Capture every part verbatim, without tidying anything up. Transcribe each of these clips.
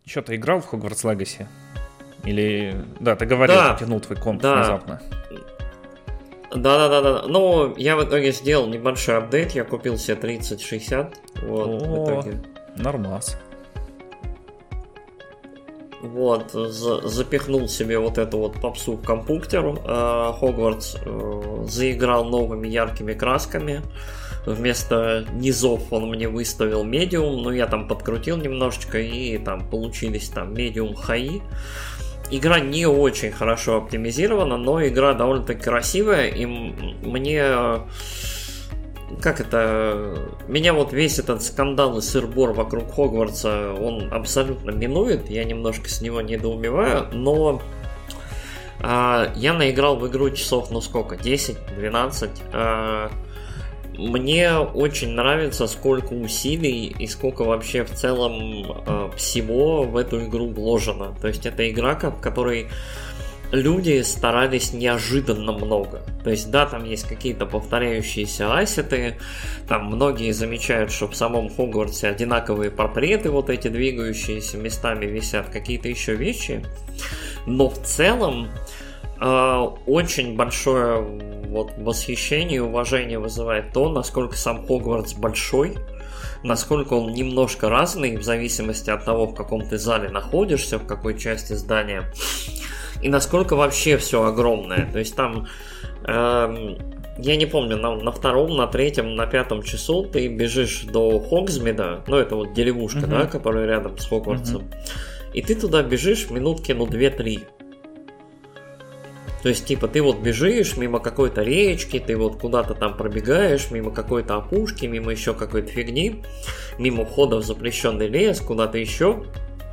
Что, ты играл в Hogwarts Legacy? Или... Да, ты говорил, да, что тянул твой комп да. внезапно. Да-да-да. Ну, я в итоге сделал небольшой апдейт. Я купил себе тридцать шестьдесят. Вот, О, в итоге. Нормас. Вот, за- запихнул себе вот эту вот попсу в компьютер. э, Хогвартс э, заиграл новыми яркими красками. Вместо низов он мне выставил медиум, но я там подкрутил немножечко, и там получились там медиум хаи. Игра не очень хорошо оптимизирована, но игра довольно-таки красивая, и мне... Как это... Меня вот весь этот скандал и сыр-бор вокруг Хогвартса, он абсолютно минует, я немножко с него недоумеваю, но... А, я наиграл в игру часов, ну сколько, десять-двенадцать. А, мне очень нравится, сколько усилий и сколько вообще в целом а, всего в эту игру вложено. То есть это игра, в которой люди старались неожиданно много. То есть да, там есть какие-то повторяющиеся ассеты, там многие замечают, что в самом Хогвартсе одинаковые портреты вот эти двигающиеся местами висят, какие-то еще вещи. Но в целом э, очень большое вот, восхищение и уважение вызывает то, насколько сам Хогвартс большой, насколько он немножко разный в зависимости от того, в каком ты зале находишься, в какой части здания, и насколько вообще все огромное. То есть там, э, я не помню, на, на втором, на третьем, на пятом часу ты бежишь до Хогсмида, ну это вот деревушка, uh-huh. да, которая рядом с Хогвартсом, uh-huh. и ты туда бежишь минутки, ну, две-три. То есть, типа, ты вот бежишь мимо какой-то речки, ты вот куда-то там пробегаешь, мимо какой-то опушки, мимо еще какой-то фигни, мимо входа в запрещенный лес, куда-то еще.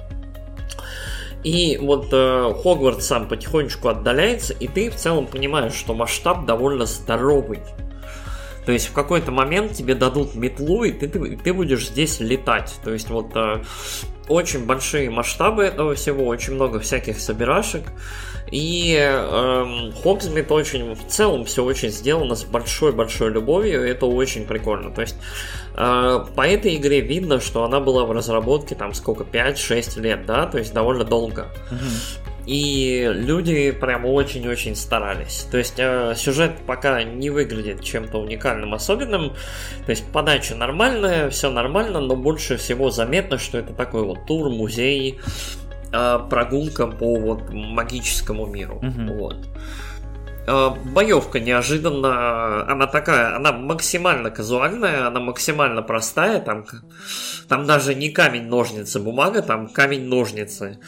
И вот э, Хогвартс сам потихонечку отдаляется, и ты в целом понимаешь, что масштаб довольно здоровый. То есть в какой-то момент тебе дадут метлу, и ты, ты, ты будешь здесь летать. То есть вот э, очень большие масштабы этого всего, очень много всяких собирашек. И э, Хогсмит очень, в целом все очень сделано с большой-большой любовью, и это очень прикольно. То есть э, по этой игре видно, что она была в разработке там сколько, пять-шесть лет, да, то есть довольно долго. Mm-hmm. И люди прям очень-очень старались. То есть э, сюжет пока не выглядит чем-то уникальным, особенным. То есть подача нормальная, все нормально, но больше всего заметно, что это такой вот тур, музей, э, прогулка по вот магическому миру. Mm-hmm. Вот. Э, боевка неожиданно, она такая, она максимально казуальная, она максимально простая. Там, там даже не камень-ножницы-бумага, там камень-ножницы.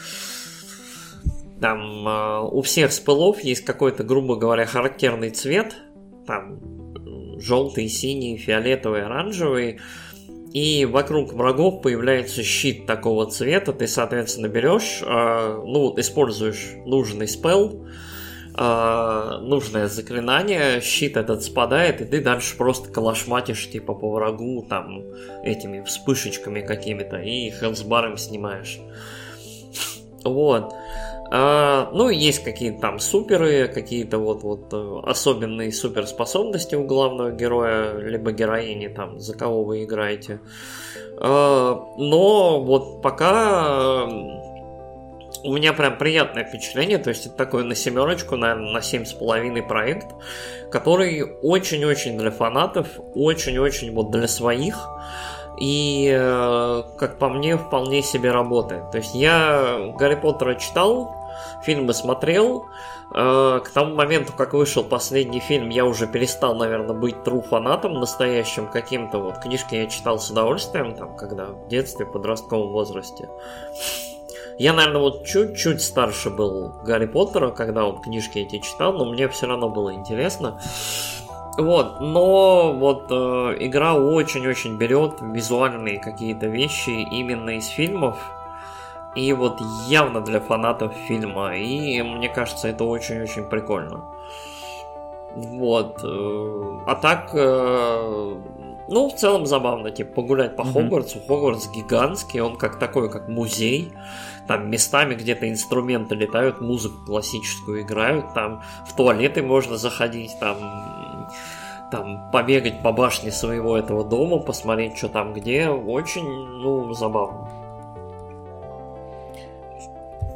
Там э, у всех спылов есть какой-то, грубо говоря, характерный цвет. Там желтый, синий, фиолетовый, оранжевый. И вокруг врагов появляется щит такого цвета. Ты, соответственно, берешь, э, ну, используешь нужный спелл, э, нужное заклинание, щит этот спадает, и ты дальше просто калашматишь типа по врагу там этими вспышечками какими-то и хелсбаром снимаешь. Вот. Uh, ну, есть какие-то там суперы, какие-то вот, вот особенные суперспособности у главного героя, либо героини, там, за кого вы играете. Uh, но вот пока у меня прям приятное впечатление, то есть это такой на семерочку, наверное, на семь с половиной проект, который очень-очень для фанатов, очень-очень вот для своих. И, как по мне, вполне себе работает. То есть я Гарри Поттера читал, фильмы смотрел. К тому моменту, как вышел последний фильм, я уже перестал, наверное, быть true фанатом настоящим каким-то. Вот книжки я читал с удовольствием, там, когда в детстве, в подростковом возрасте. Я, наверное, вот чуть-чуть старше был Гарри Поттера, когда он книжки эти читал, но мне все равно было интересно. Вот, но вот э, игра очень-очень берет визуальные какие-то вещи именно из фильмов, и вот явно для фанатов фильма, и мне кажется, это очень-очень прикольно. Вот, э, а так, э, ну, в целом забавно, типа, погулять по mm-hmm. Хогвартсу. Хогвартс гигантский, он как такой, как музей. Там местами где-то инструменты летают, музыку классическую играют, там в туалеты можно заходить, там, там побегать по башне своего этого дома, посмотреть, что там где. Очень, ну, забавно.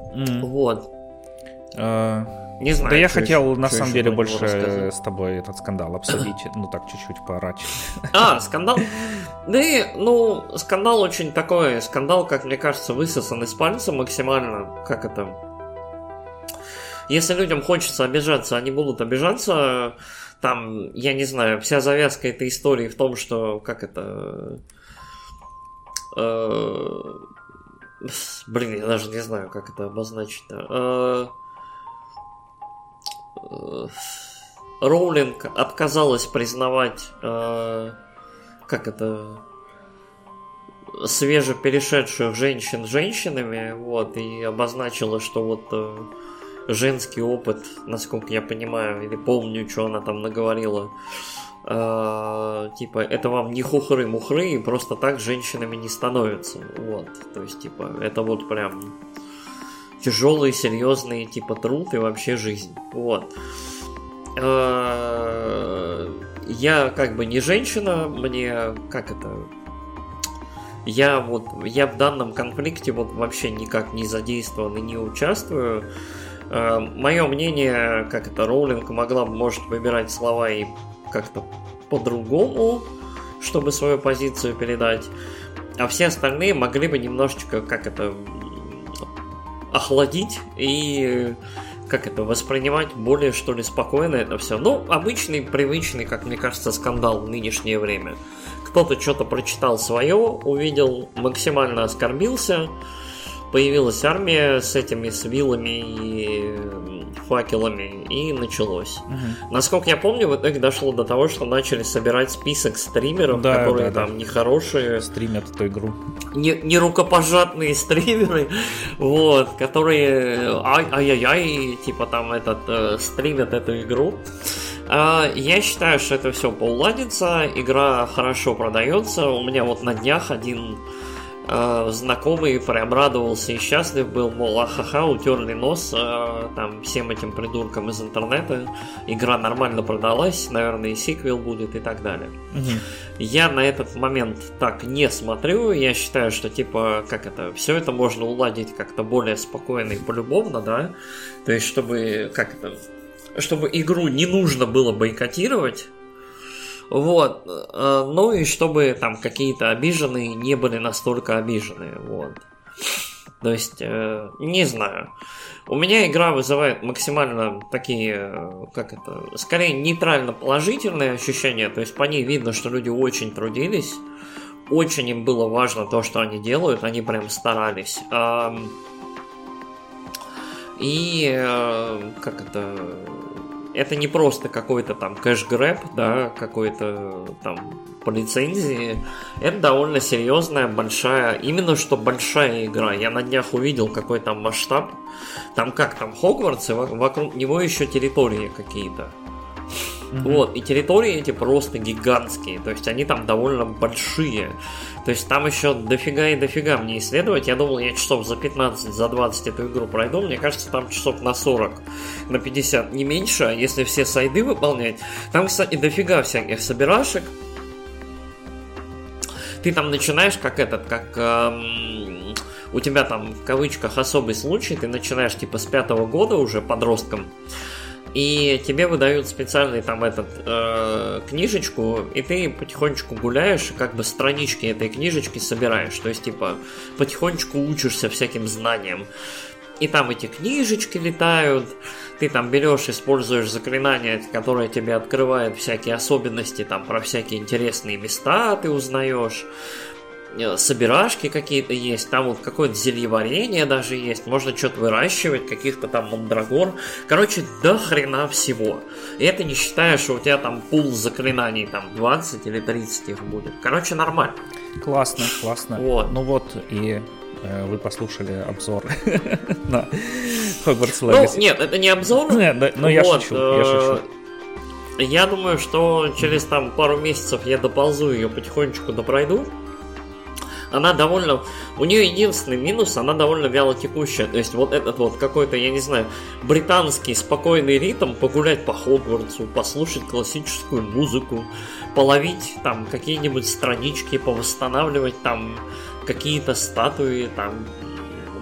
Mm. Вот. Uh... Не знаю. Да я хотел, еще, на самом деле, больше рассказать. с тобой этот скандал обсудить, ну так чуть-чуть поорать. А, скандал? Да и, ну, скандал очень такой, скандал, как мне кажется, высосан из пальца максимально, как это... Если людям хочется обижаться, они будут обижаться, там, я не знаю, вся завязка этой истории в том, что, как это... Э... Блин, я даже не знаю, как это обозначить-то. Э... Роулинг отказалась признавать, э, как это, свежеперешедших женщин женщинами, вот, и обозначила, что вот э, женский опыт, насколько я понимаю, или помню, что она там наговорила, э, типа, это вам не хухры-мухры, и просто так женщинами не становятся, вот, то есть, типа, это вот прям... тяжелый, серьезный, типа, труд и вообще жизнь. Вот. Я как бы не женщина, мне как это... Я вот, я в данном конфликте вот вообще никак не задействован и не участвую. Мое мнение, как это, Роулинг могла бы, может, выбирать слова и как-то по-другому, чтобы свою позицию передать. А все остальные могли бы немножечко, как это... охладить и как это воспринимать более что ли спокойно это все. Ну, обычный, привычный, как мне кажется, скандал в нынешнее время. Кто-то что-то прочитал свое, увидел, максимально оскорбился. Появилась армия с этими, с вилами и факелами, и началось. Угу. Насколько я помню, в итоге дошло до того, что начали собирать список стримеров, да, которые да, там да. нехорошие. Стримят эту игру. Не, не рукопожатные стримеры, вот, которые ай-яй-яй, типа там этот, э, стримят эту игру. А, я считаю, что это все поуладится, игра хорошо продается. У меня вот на днях один... знакомый преобрадовался и счастлив был, мол, ахаха, утерли нос э, там всем этим придуркам из интернета, игра нормально продалась, наверное, и сиквел будет и так далее. Угу. Я на этот момент так не смотрю, я считаю, что типа, как это, все это можно уладить как-то более спокойно и полюбовно, да, то есть чтобы, как это, чтобы игру не нужно было бойкотировать. Вот, ну и чтобы там какие-то обиженные не были настолько обиженные, вот. То есть, э, не знаю. У меня игра вызывает максимально такие, как это, скорее нейтрально положительные ощущения, то есть по ней видно, что люди очень трудились, очень им было важно то, что они делают, они прям старались. И, как это... Это не просто какой-то там кэш-грэб, да, какой-то там по лицензии. Это довольно серьезная, большая, именно что большая игра. Я на днях увидел, какой там масштаб. Там как там Хогвартс, и вокруг него еще территории какие-то. Mm-hmm. Вот, и территории эти просто гигантские. То есть они там довольно большие. То есть там еще дофига и дофига мне исследовать. Я думал, я часов за пятнадцать, за двадцать эту игру пройду. Мне кажется, там часов на сорок, на пятьдесят, не меньше. А если все сайды выполнять. Там, кстати, дофига всяких собирашек. Ты там начинаешь как этот, как... Эм, у тебя там в кавычках особый случай. Ты начинаешь типа с пятого года уже подростком. И тебе выдают специальный там этот э, книжечку, и ты потихонечку гуляешь, и как бы странички этой книжечки собираешь. То есть, типа, потихонечку учишься всяким знаниям. И там эти книжечки летают, ты там берешь, используешь заклинания, которые тебе открывают всякие особенности, там про всякие интересные места ты узнаешь. Собирашки какие-то есть, там вот какое-то зельеварение даже есть, можно что-то выращивать, каких-то там мандрагор. Короче, до хрена всего. И это не считая, что у тебя там пул заклинаний, там двадцать или тридцать их будет. Короче, нормально. Классно, классно. Вот. Ну вот, и э, вы послушали обзор на Hogwarts Legacy. Ну, нет, это не обзор. Нет, но я шучу, я шучу. Я думаю, что через там пару месяцев я доползу ее потихонечку допройду. Она довольно... У нее единственный минус, она довольно вяло текущая. То есть вот этот вот какой-то, я не знаю, британский спокойный ритм, погулять по Хогвартсу, послушать классическую музыку, половить там какие-нибудь странички, повосстанавливать там какие-то статуи, там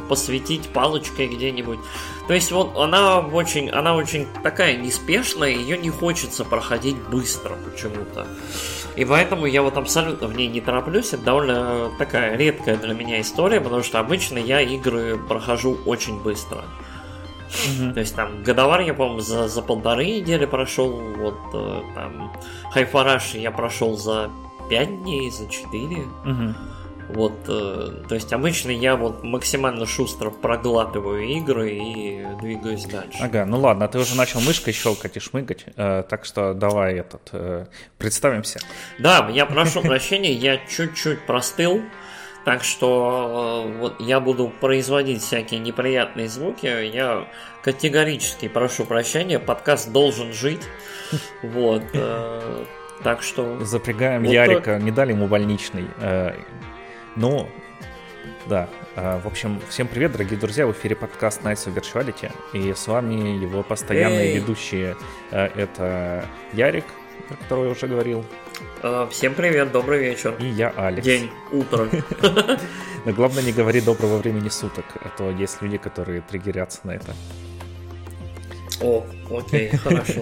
посветить палочкой где-нибудь. То есть вот она очень, она очень такая неспешная, ее не хочется проходить быстро почему-то. И поэтому я вот абсолютно в ней не тороплюсь. Это довольно такая редкая для меня история, потому что обычно я игры прохожу очень быстро. Mm-hmm. То есть там Годовар я, по-моему, за, за полторы недели прошел. Вот э, там Hi-Fi Rush я прошел за пять дней, за четыре. Mm-hmm. Вот, э, то есть обычно я вот максимально шустро проглатываю игры и двигаюсь дальше. Ага, ну ладно, ты уже начал мышкой щелкать и шмыгать, э, так что давай этот э, представимся. Да, я прошу прощения, я чуть-чуть простыл. Так что э, вот я буду производить всякие неприятные звуки. Я категорически прошу прощения. Подкаст должен жить. Вот. Э, так что... Запрягаем вот Ярика. Так. Не дали ему больничный. Э, ну, да. Э, в общем, всем привет, дорогие друзья. В эфире подкаст Nights of Virtuality. И с вами его постоянные Эй. ведущие. Э, это Ярик, про которого я уже говорил. Всем привет, добрый вечер. И я Алекс. День, утро. Но главное не говори доброго времени суток, а то есть люди, которые триггерятся на это. О, окей, хорошо.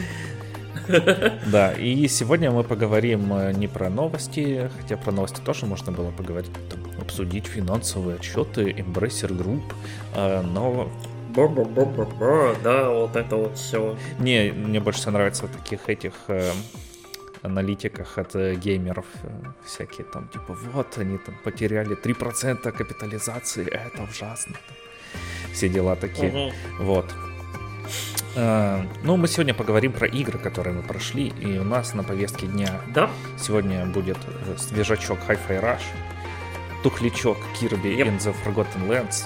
Да, и сегодня мы поговорим не про новости, хотя про новости тоже можно было поговорить, там, обсудить финансовые отчеты Embracer Group, но... Да, вот это вот все. Не, мне больше всего нравится в таких этих... аналитиках от э, геймеров э, всякие там, типа, вот, они там потеряли три процента капитализации, это ужасно. Все дела такие. Uh-huh. Вот. Э, ну, мы сегодня поговорим про игры, которые мы прошли, и у нас на повестке дня да? сегодня будет свежачок Hi-Fi Rush, тухлячок Kirby yep. in the Forgotten Lands.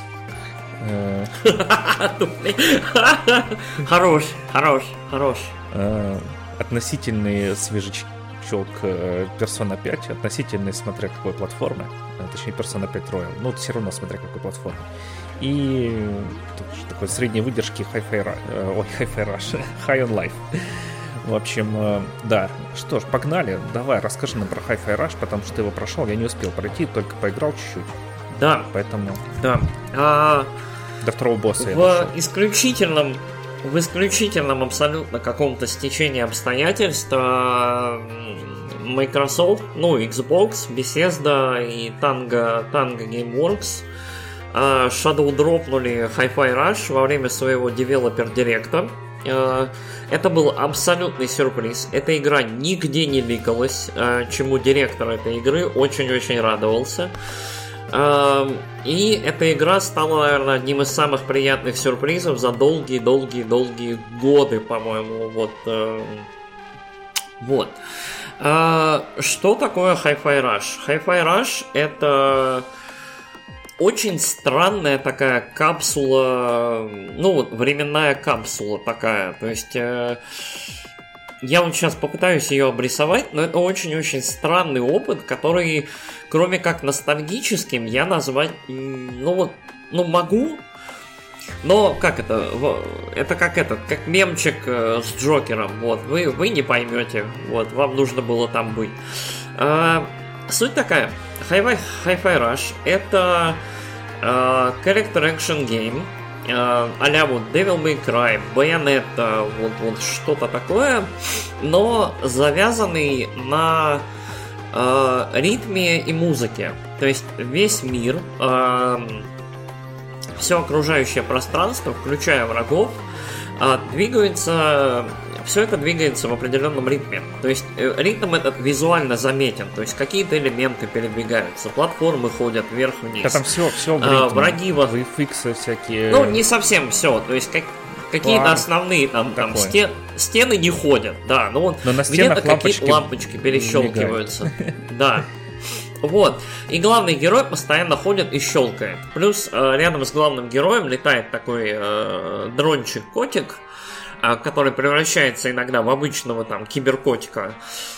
Хорош, хорош, хорош. Относительный свежачок Persona пять, относительный, смотря какой платформы, точнее Persona пять Royal, ну все равно смотря какой платформы. И такой средней выдержки Hi-Fi Rush, ой, Hi-Fi Rush, High on Life. В общем, да, что ж, погнали, давай, расскажи нам про Hi-Fi Rush, потому что ты его прошел, я не успел пройти, только поиграл чуть-чуть. Да. Поэтому... Да. А... До второго босса в я дошел. исключительном В исключительном абсолютно каком-то стечении обстоятельств Microsoft, ну, Xbox, Bethesda и Tango, Tango Gameworks Shadow дропнули Hi-Fi Rush во время своего Developer Direct. Это был абсолютный сюрприз. Эта игра нигде не лигалась, чему директор этой игры очень-очень радовался. И эта игра стала, наверное, одним из самых приятных сюрпризов за долгие-долгие-долгие годы, по-моему. Вот. Вот. Что такое Hi-Fi Rush? Hi-Fi Rush — это очень странная такая капсула, ну вот временная капсула такая. То есть... Я вот сейчас попытаюсь ее обрисовать, но это очень-очень странный опыт, который, кроме как ностальгическим, я назвать, ну вот, ну могу, но как это, это как этот, как мемчик с Джокером, вот, вы, вы не поймете, вот, вам нужно было там быть. А, суть такая, Hi-Fi, Hi-Fi Rush — это а, character action game, а-ля вот Devil May Cry, Bayonetta, вот, вот что-то такое, но завязанный на э, ритме и музыке. То есть весь мир, э, все окружающее пространство, включая врагов, э, двигается, все это двигается в определенном ритме. То есть э, ритм этот визуально заметен, то есть какие-то элементы передвигаются, платформы ходят вверх-вниз. Да, там все, все в ритме. Э, враги во... фиксы всякие. Ну, не совсем все, то есть как... Какие-то План. основные там, там стен, стены не ходят, да, но вот но на где-то какие-то лампочки перещелкиваются. Да. Вот. И главный герой постоянно ходит и щелкает. Плюс э, рядом с главным героем летает такой э, дрончик-котик, э, который превращается иногда в обычного там киберкотика.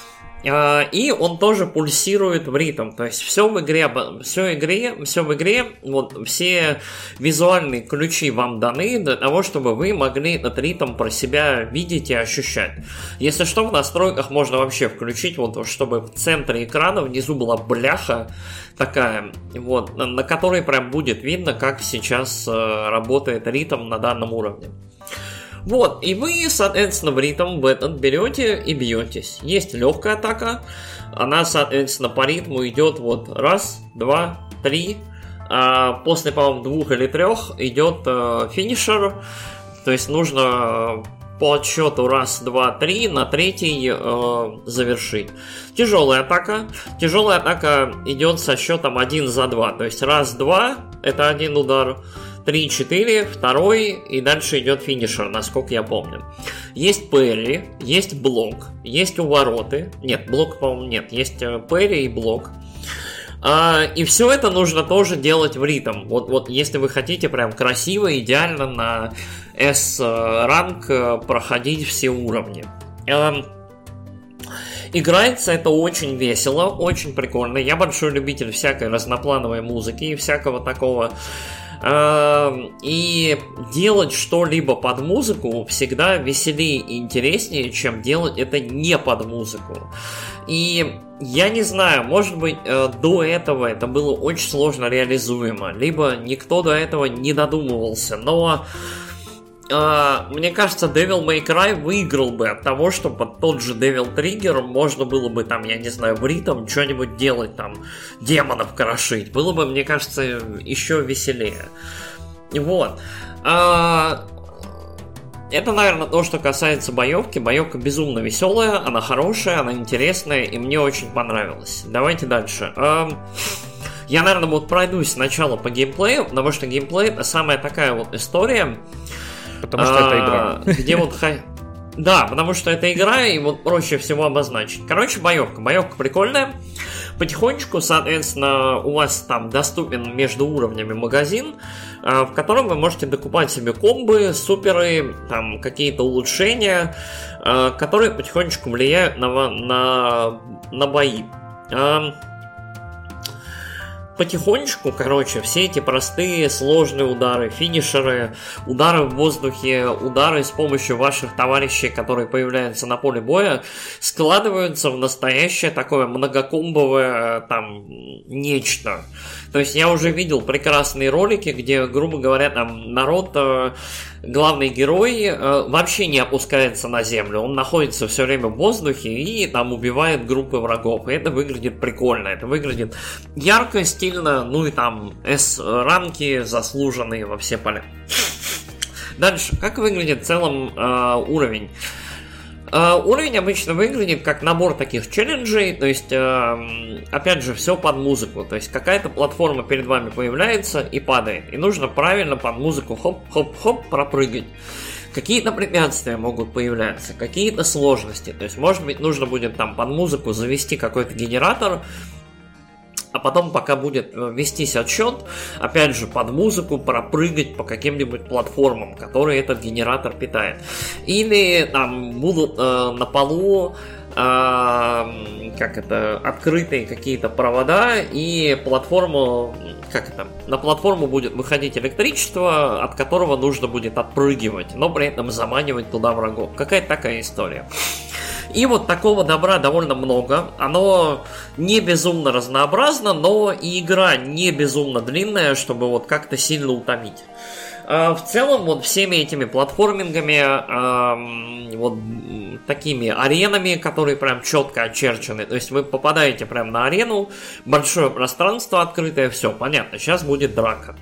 И он тоже пульсирует в ритм. То есть все в игре, все, игре, все в игре, вот все визуальные ключи вам даны для того, чтобы вы могли этот ритм про себя видеть и ощущать. Если что, в настройках можно вообще включить, вот, чтобы в центре экрана внизу была бляха такая, вот, на которой прям будет видно, как сейчас работает ритм на данном уровне. Вот, и вы, соответственно, в ритм в этот берете и бьетесь. Есть легкая атака, она, соответственно, по ритму идет вот раз, два, три. А после, по-моему, двух или трех идет э, финишер. То есть нужно по отсчету раз, два, три на третий э, завершить. Тяжелая атака. Тяжелая атака идет со счетом один за два. То есть раз, два, это один удар. три, четыре, второй, и дальше идет финишер, насколько я помню. Есть парри, есть блок, есть увороты. Нет, блок, по-моему, нет. Есть парри и блок. А, и все это нужно тоже делать в ритм. Вот, вот если вы хотите прям красиво, идеально на S-ранг проходить все уровни. А, играется это очень весело, очень прикольно. Я большой любитель всякой разноплановой музыки и всякого такого. И делать что-либо под музыку всегда веселее и интереснее, чем делать это не под музыку. И я не знаю, может быть, до этого это было очень сложно реализуемо, либо никто до этого не додумывался, но Uh, мне кажется, Devil May Cry выиграл бы от того, что под тот же Devil Trigger можно было бы там, я не знаю, в ритм что-нибудь делать, там, демонов крошить. Было бы, мне кажется, еще веселее. Вот. Uh, это, наверное, то, что касается боевки. Боевка безумно веселая, она хорошая, она интересная, и мне очень понравилась. Давайте дальше. Uh, я, наверное, вот пройдусь сначала по геймплею, потому что геймплей — это самая такая вот история, потому что а, это игра. Где вот хай... Да, потому что это игра, и вот проще всего обозначить. Короче, боевка. Боевка прикольная. Потихонечку, соответственно, у вас там доступен между уровнями магазин, в котором вы можете докупать себе комбы, суперы, там какие-то улучшения, которые потихонечку влияют на, на, на бои. Потихонечку, короче, все эти простые, сложные удары, финишеры, удары в воздухе, удары с помощью ваших товарищей, которые появляются на поле боя, складываются в настоящее такое многокомбовое там нечто. То есть я уже видел прекрасные ролики, где, грубо говоря, там народ, главный герой вообще не опускается на землю, он находится все время в воздухе и там убивает группы врагов. И это выглядит прикольно, это выглядит ярко, стильно, ну и там S-ранки заслуженные во все поля. Дальше, как выглядит в целом э, уровень? Uh, уровень обычно выглядит как набор таких челленджей, то есть, uh, опять же, все под музыку, то есть какая-то платформа перед вами появляется и падает, и нужно правильно под музыку хоп-хоп-хоп пропрыгать. Какие-то препятствия могут появляться, какие-то сложности, то есть, может быть, нужно будет там под музыку завести какой-то генератор, а потом, пока будет вестись отсчет, опять же, под музыку пропрыгать по каким-нибудь платформам, которые этот генератор питает. Или там будут э, на полу э, как это, открытые какие-то провода, и платформу, как это, на платформу будет выходить электричество, от которого нужно будет отпрыгивать, но при этом заманивать туда врагов. Какая-то такая история. И вот такого добра довольно много. Оно не безумно разнообразно, но и игра не безумно длинная, чтобы вот как-то сильно утомить. В целом, вот всеми этими платформингами, вот такими аренами, которые прям четко очерчены, то есть вы попадаете прям на арену, большое пространство открытое, все, понятно, сейчас будет драка.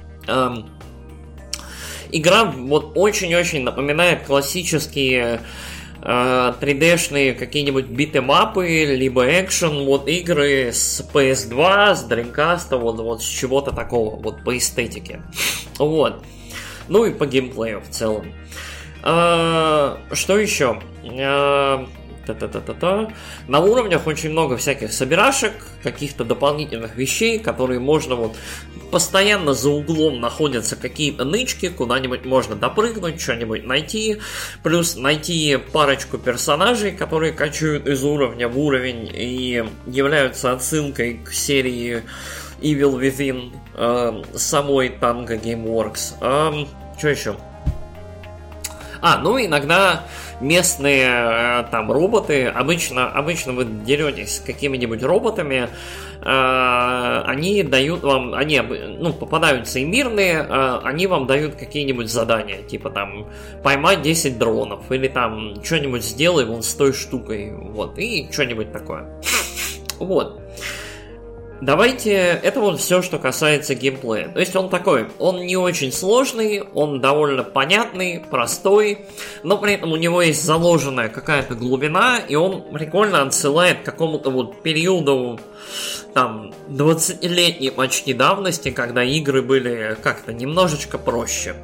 Игра вот очень-очень напоминает классические три дэ-шные какие-нибудь битэмапы, либо экшен, вот игры с пи эс два, с Dreamcast, вот, вот с чего-то такого, вот по эстетике. Вот. Ну и по геймплею в целом. А, что еще? А, Та-та-та-та-та. На уровнях очень много всяких собирашек, каких-то дополнительных вещей, которые можно вот... Постоянно за углом находятся какие-то нычки, куда-нибудь можно допрыгнуть, что-нибудь найти. Плюс найти парочку персонажей, которые качают из уровня в уровень и являются отсылкой к серии Evil Within э, самой Tango Gameworks. Э, что еще? А, ну иногда местные э, там роботы, обычно, обычно вы деретесь с какими-нибудь роботами, э, они дают вам, они ну, попадаются и мирные, э, они вам дают какие-нибудь задания, типа там поймать десять дронов, или там что-нибудь сделай вон с той штукой, вот, и что-нибудь такое. Вот. Давайте, это вот все, что касается геймплея. То есть он такой, он не очень сложный, он довольно понятный, простой, но при этом у него есть заложенная какая-то глубина, и он прикольно отсылает к какому-то вот периоду, там, двадцатилетней почти давности, когда игры были как-то немножечко проще.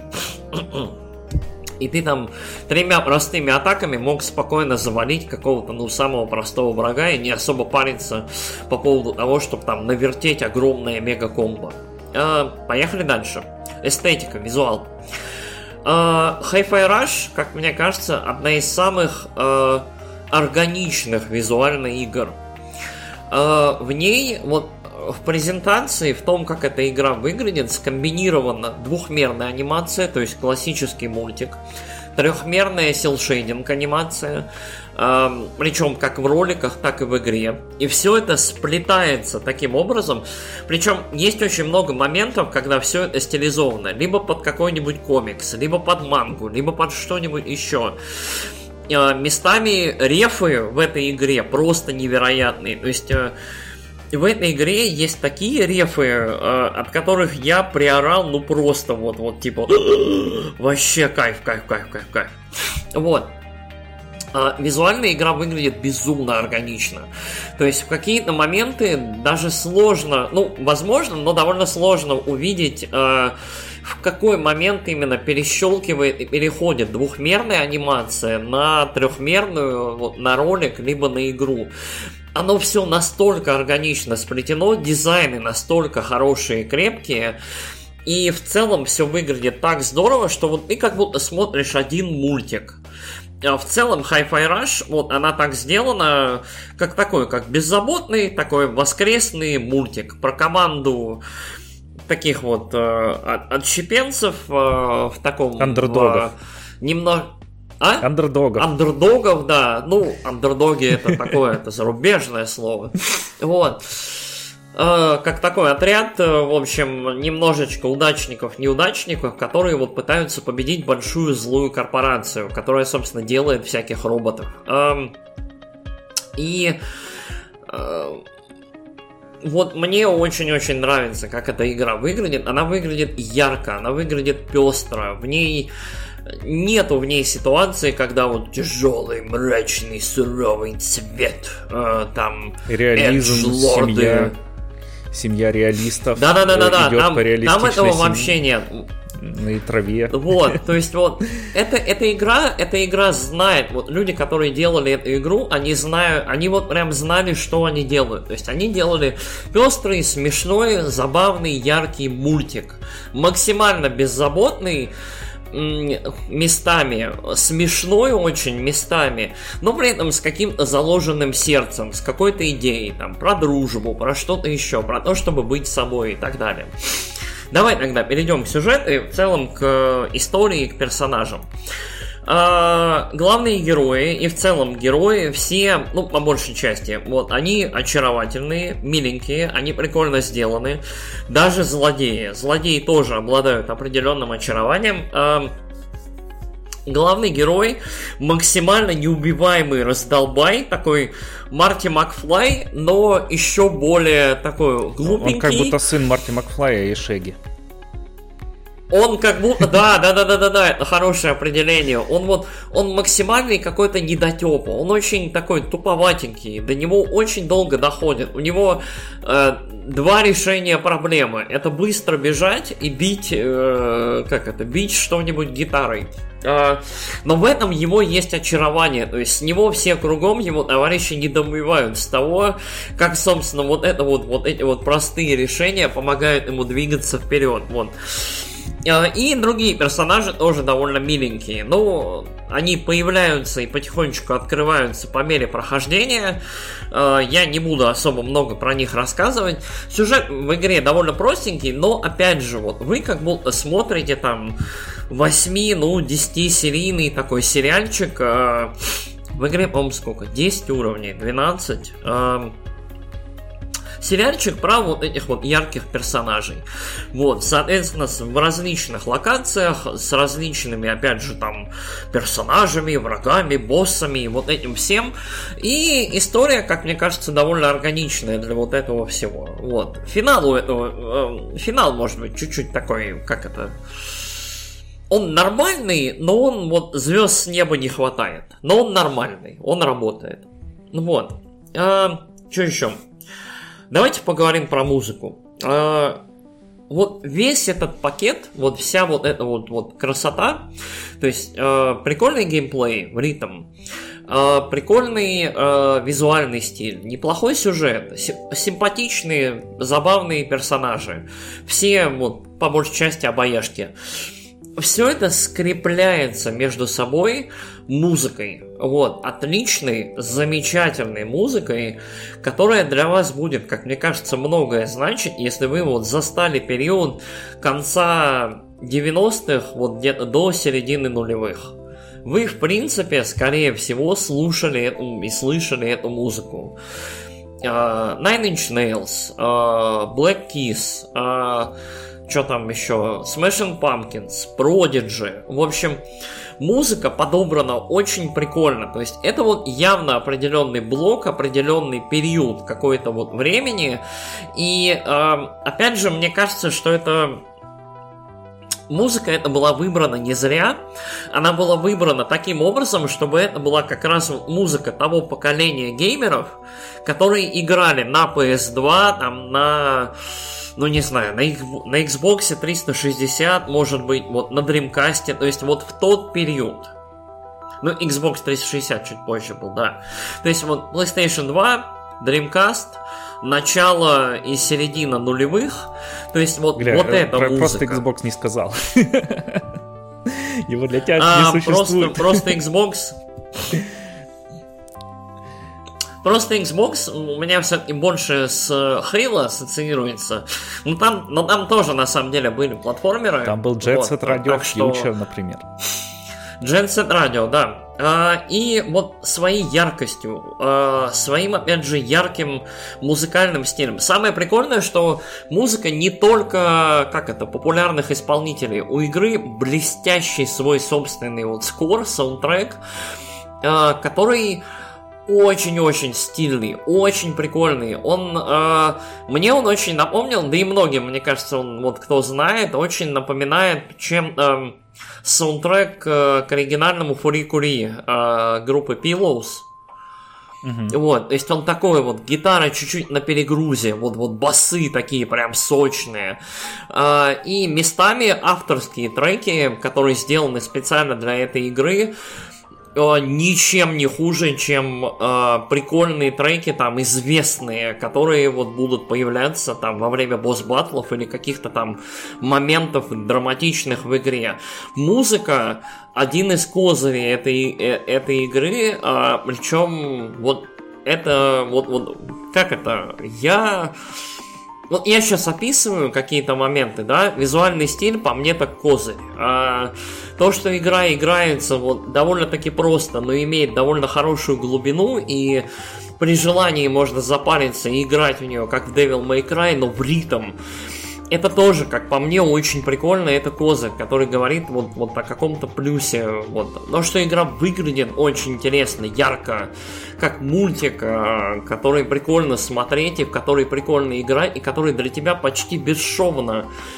И ты там тремя простыми атаками мог спокойно завалить какого-то, ну, самого простого врага и не особо париться по поводу того, чтобы там навертеть огромное мега-комбо. Э, поехали дальше. Эстетика, визуал. Э, Hi-Fi Rush, как мне кажется, одна из самых э, органичных визуально игр. Э, в ней, вот, в презентации, в том, как эта игра выглядит, скомбинирована двухмерная анимация, то есть классический мультик, трехмерная селшейдинг анимация, э, причем как в роликах, так и в игре. И все это сплетается таким образом. Причем есть очень много моментов, когда все это стилизовано либо под какой-нибудь комикс, либо под мангу, либо под что-нибудь еще. Э, местами рефы в этой игре просто невероятные. То есть... Э, В этой игре есть такие рефы, э, от которых я приорал, ну просто вот, вот типа вообще кайф, кайф, кайф, кайф, кайф. Вот. Э, визуально игра выглядит безумно органично. То есть в какие-то моменты даже сложно, ну, возможно, но довольно сложно увидеть, э, в какой момент именно перещелкивает и переходит двухмерная анимация на трехмерную, вот, на ролик, либо на игру. Оно все настолько органично сплетено, дизайны настолько хорошие и крепкие, и в целом все выглядит так здорово, что вот ты как будто смотришь один мультик. А в целом Hi-Fi Rush, вот она так сделана, как такой, как беззаботный, такой воскресный мультик про команду таких вот э, отщепенцев э, в таком... Андердогов. Э, немного... А? Андердогов. Андердогов, да. Ну, андердоги это такое, это зарубежное слово. Вот. Как такой отряд, в общем, немножечко удачников-неудачников, которые вот пытаются победить большую злую корпорацию, которая, собственно, делает всяких роботов. И... Вот мне очень-очень нравится, как эта игра выглядит. Она выглядит ярко, она выглядит пестро. В ней... Нету в ней ситуации, когда вот тяжелый, мрачный, суровый цвет, э, там реализм, семья, семья реалистов. Да-да-да-да, идет там, по реалистичной там этого семье, вообще нет. На траве. Вот, то есть вот это, эта игра, эта игра знает, вот люди, которые делали эту игру, они знают, они вот прям знали, что они делают. То есть они делали пестрый, смешной, забавный, яркий мультик, максимально беззаботный. Местами, смешной очень местами, но при этом с каким-то заложенным сердцем, с какой-то идеей, там, про дружбу, про что-то еще, про то, чтобы быть собой и так далее. Давай тогда перейдем к сюжету и в целом к истории, к персонажам. А, главные герои и в целом герои все, ну, по большей части, вот, они очаровательные, миленькие, они прикольно сделаны. Даже злодеи. Злодеи тоже обладают определенным очарованием. А, главный герой максимально неубиваемый раздолбай, такой Марти Макфлай, но еще более такой глупенький. Он как будто сын Марти Макфлая и Шеги. Он как будто, да, да, да, да, да, да, это хорошее определение. Он вот, он максимальный какой-то недотепа. Он очень такой туповатенький. До него очень долго доходит. У него э, два решения проблемы. Это быстро бежать и бить, э, как это, бить что-нибудь гитарой. Э, но в этом его есть очарование. То есть с него все кругом его товарищи недоумевают с того, как, собственно, вот это вот, вот эти вот простые решения помогают ему двигаться вперед. Вот. И другие персонажи тоже довольно миленькие. Ну, они появляются и потихонечку открываются по мере прохождения. Я не буду особо много про них рассказывать. Сюжет в игре довольно простенький, но опять же, вот вы как будто смотрите там восемь, ну, десятисерийный такой сериальчик. В игре, по-моему, сколько? десять уровней, двенадцать. Сериальчик про вот этих вот ярких персонажей. Вот, соответственно, в различных локациях, с различными, опять же, там, персонажами, врагами, боссами и вот этим всем. И история, как мне кажется, довольно органичная для вот этого всего. Вот. Финал у этого... Э, финал, может быть, чуть-чуть такой, как это... Он нормальный, но он вот звезд с неба не хватает. Но он нормальный, он работает. Вот. А, что еще? Давайте поговорим про музыку. А, вот весь этот пакет, вот вся вот эта вот, вот красота, то есть а, прикольный геймплей, ритм, а, прикольный а, визуальный стиль, неплохой сюжет, симпатичные, забавные персонажи, все вот по большей части обаяшки. Все это скрепляется между собой музыкой. Вот, отличной, замечательной музыкой, которая для вас будет, как мне кажется, многое значить, если вы вот застали период конца девяностых, вот где-то до середины нулевых. Вы, в принципе, скорее всего, слушали эту, и слышали эту музыку. Uh, Nine Inch Nails, uh, Black Keys, uh, что там еще? Smashing Pumpkins, Prodigy. В общем, музыка подобрана очень прикольно. То есть это вот явно определенный блок, определенный период какой-то вот времени. И э, опять же, мне кажется, что это... Музыка эта была выбрана не зря. Она была выбрана таким образом, чтобы это была как раз музыка того поколения геймеров, которые играли на пи эс два, там, на... Ну, не знаю, на, на Xbox триста шестьдесят, может быть, вот на Dreamcast, то есть вот в тот период. Ну, Xbox триста шестьдесят чуть позже был, да. То есть вот PlayStation два, Dreamcast, начало и середина нулевых, то есть вот, Гля, вот эта про, музыка. Просто Xbox не сказал. Его для тебя а, не существует. Просто, просто Xbox... Просто Xbox у меня все-таки больше с Halo ассоциируется. Ну там, но там тоже на самом деле были платформеры. Там был Jet Set вот, Radio что... Future, например. Jet Set Radio, да. А, и вот своей яркостью, а, своим, опять же, ярким музыкальным стилем. Самое прикольное, что музыка не только, как это, популярных исполнителей. У игры блестящий свой собственный вот скор, саундтрек, а, который... очень-очень стильный, очень прикольный. Он, э, мне он очень напомнил, да и многим, мне кажется, он, вот кто знает, очень напоминает чем э, саундтрек э, к оригинальному Фури-Кури э, группы Pillows. Mm-hmm. Вот, то есть он такой вот, гитара чуть-чуть на перегрузе, вот, вот басы такие прям сочные. Э, и местами авторские треки, которые сделаны специально для этой игры, ничем не хуже, чем э, прикольные треки там известные, которые вот будут появляться там во время босс-баттлов или каких-то там моментов драматичных в игре. Музыка один из козырей этой, э, этой игры, э, причем вот это вот, вот как это я... Вот я сейчас описываю какие-то моменты, да, визуальный стиль по мне так козырь. А то, что игра играется вот довольно-таки просто, но имеет довольно хорошую глубину, и при желании можно запариться и играть в нее, как в Devil May Cry, но в ритм. Это тоже, как по мне, очень прикольно. Это козырь, который говорит вот, вот о каком-то плюсе. Вот. Но что игра выглядит очень интересно, ярко, как мультик, который прикольно смотреть, и в который прикольно играть, и который для тебя почти бесшовно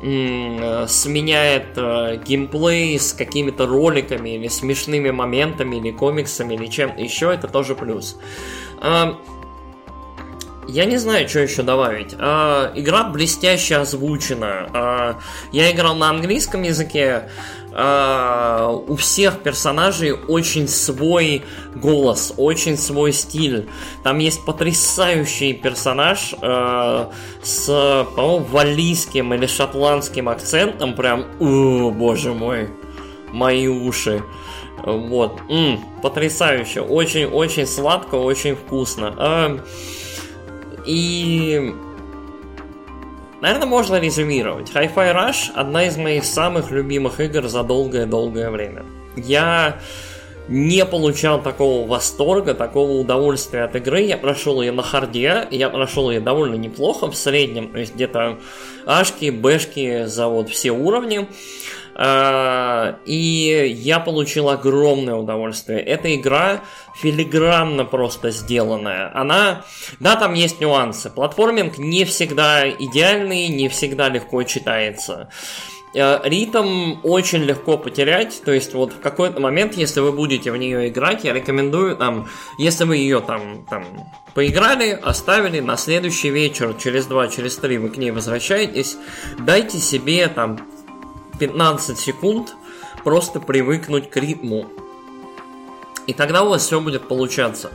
м- сменяет э, геймплей с какими-то роликами или смешными моментами, или комиксами, или чем-то еще, это тоже плюс. Э, Я не знаю, что еще добавить. А, игра блестяще озвучена. А, я играл на английском языке. А, у всех персонажей очень свой голос, очень свой стиль. Там есть потрясающий персонаж а, с, по-моему, валлийским или шотландским акцентом. Прям, о, боже мой, мои уши. Вот, М, потрясающе. Очень-очень сладко, очень вкусно. А, И, наверное, можно резюмировать. Hi-Fi Rush – одна из моих самых любимых игр за долгое-долгое время. Я не получал такого восторга, такого удовольствия от игры. Я прошел ее на харде, я прошел ее довольно неплохо, в среднем, то есть где-то ашки, бэшки за вот все уровни. И я получил огромное удовольствие. Эта игра филигранно просто сделанная. Она, да, там есть нюансы. Платформинг не всегда идеальный, не всегда легко читается. Ритм очень легко потерять. То есть вот в какой-то момент, если вы будете в нее играть, я рекомендую там, если вы ее там, там поиграли, оставили, на следующий вечер, через два, через три вы к ней возвращаетесь, дайте себе там пятнадцать секунд просто привыкнуть к ритму. И тогда у вас все будет получаться.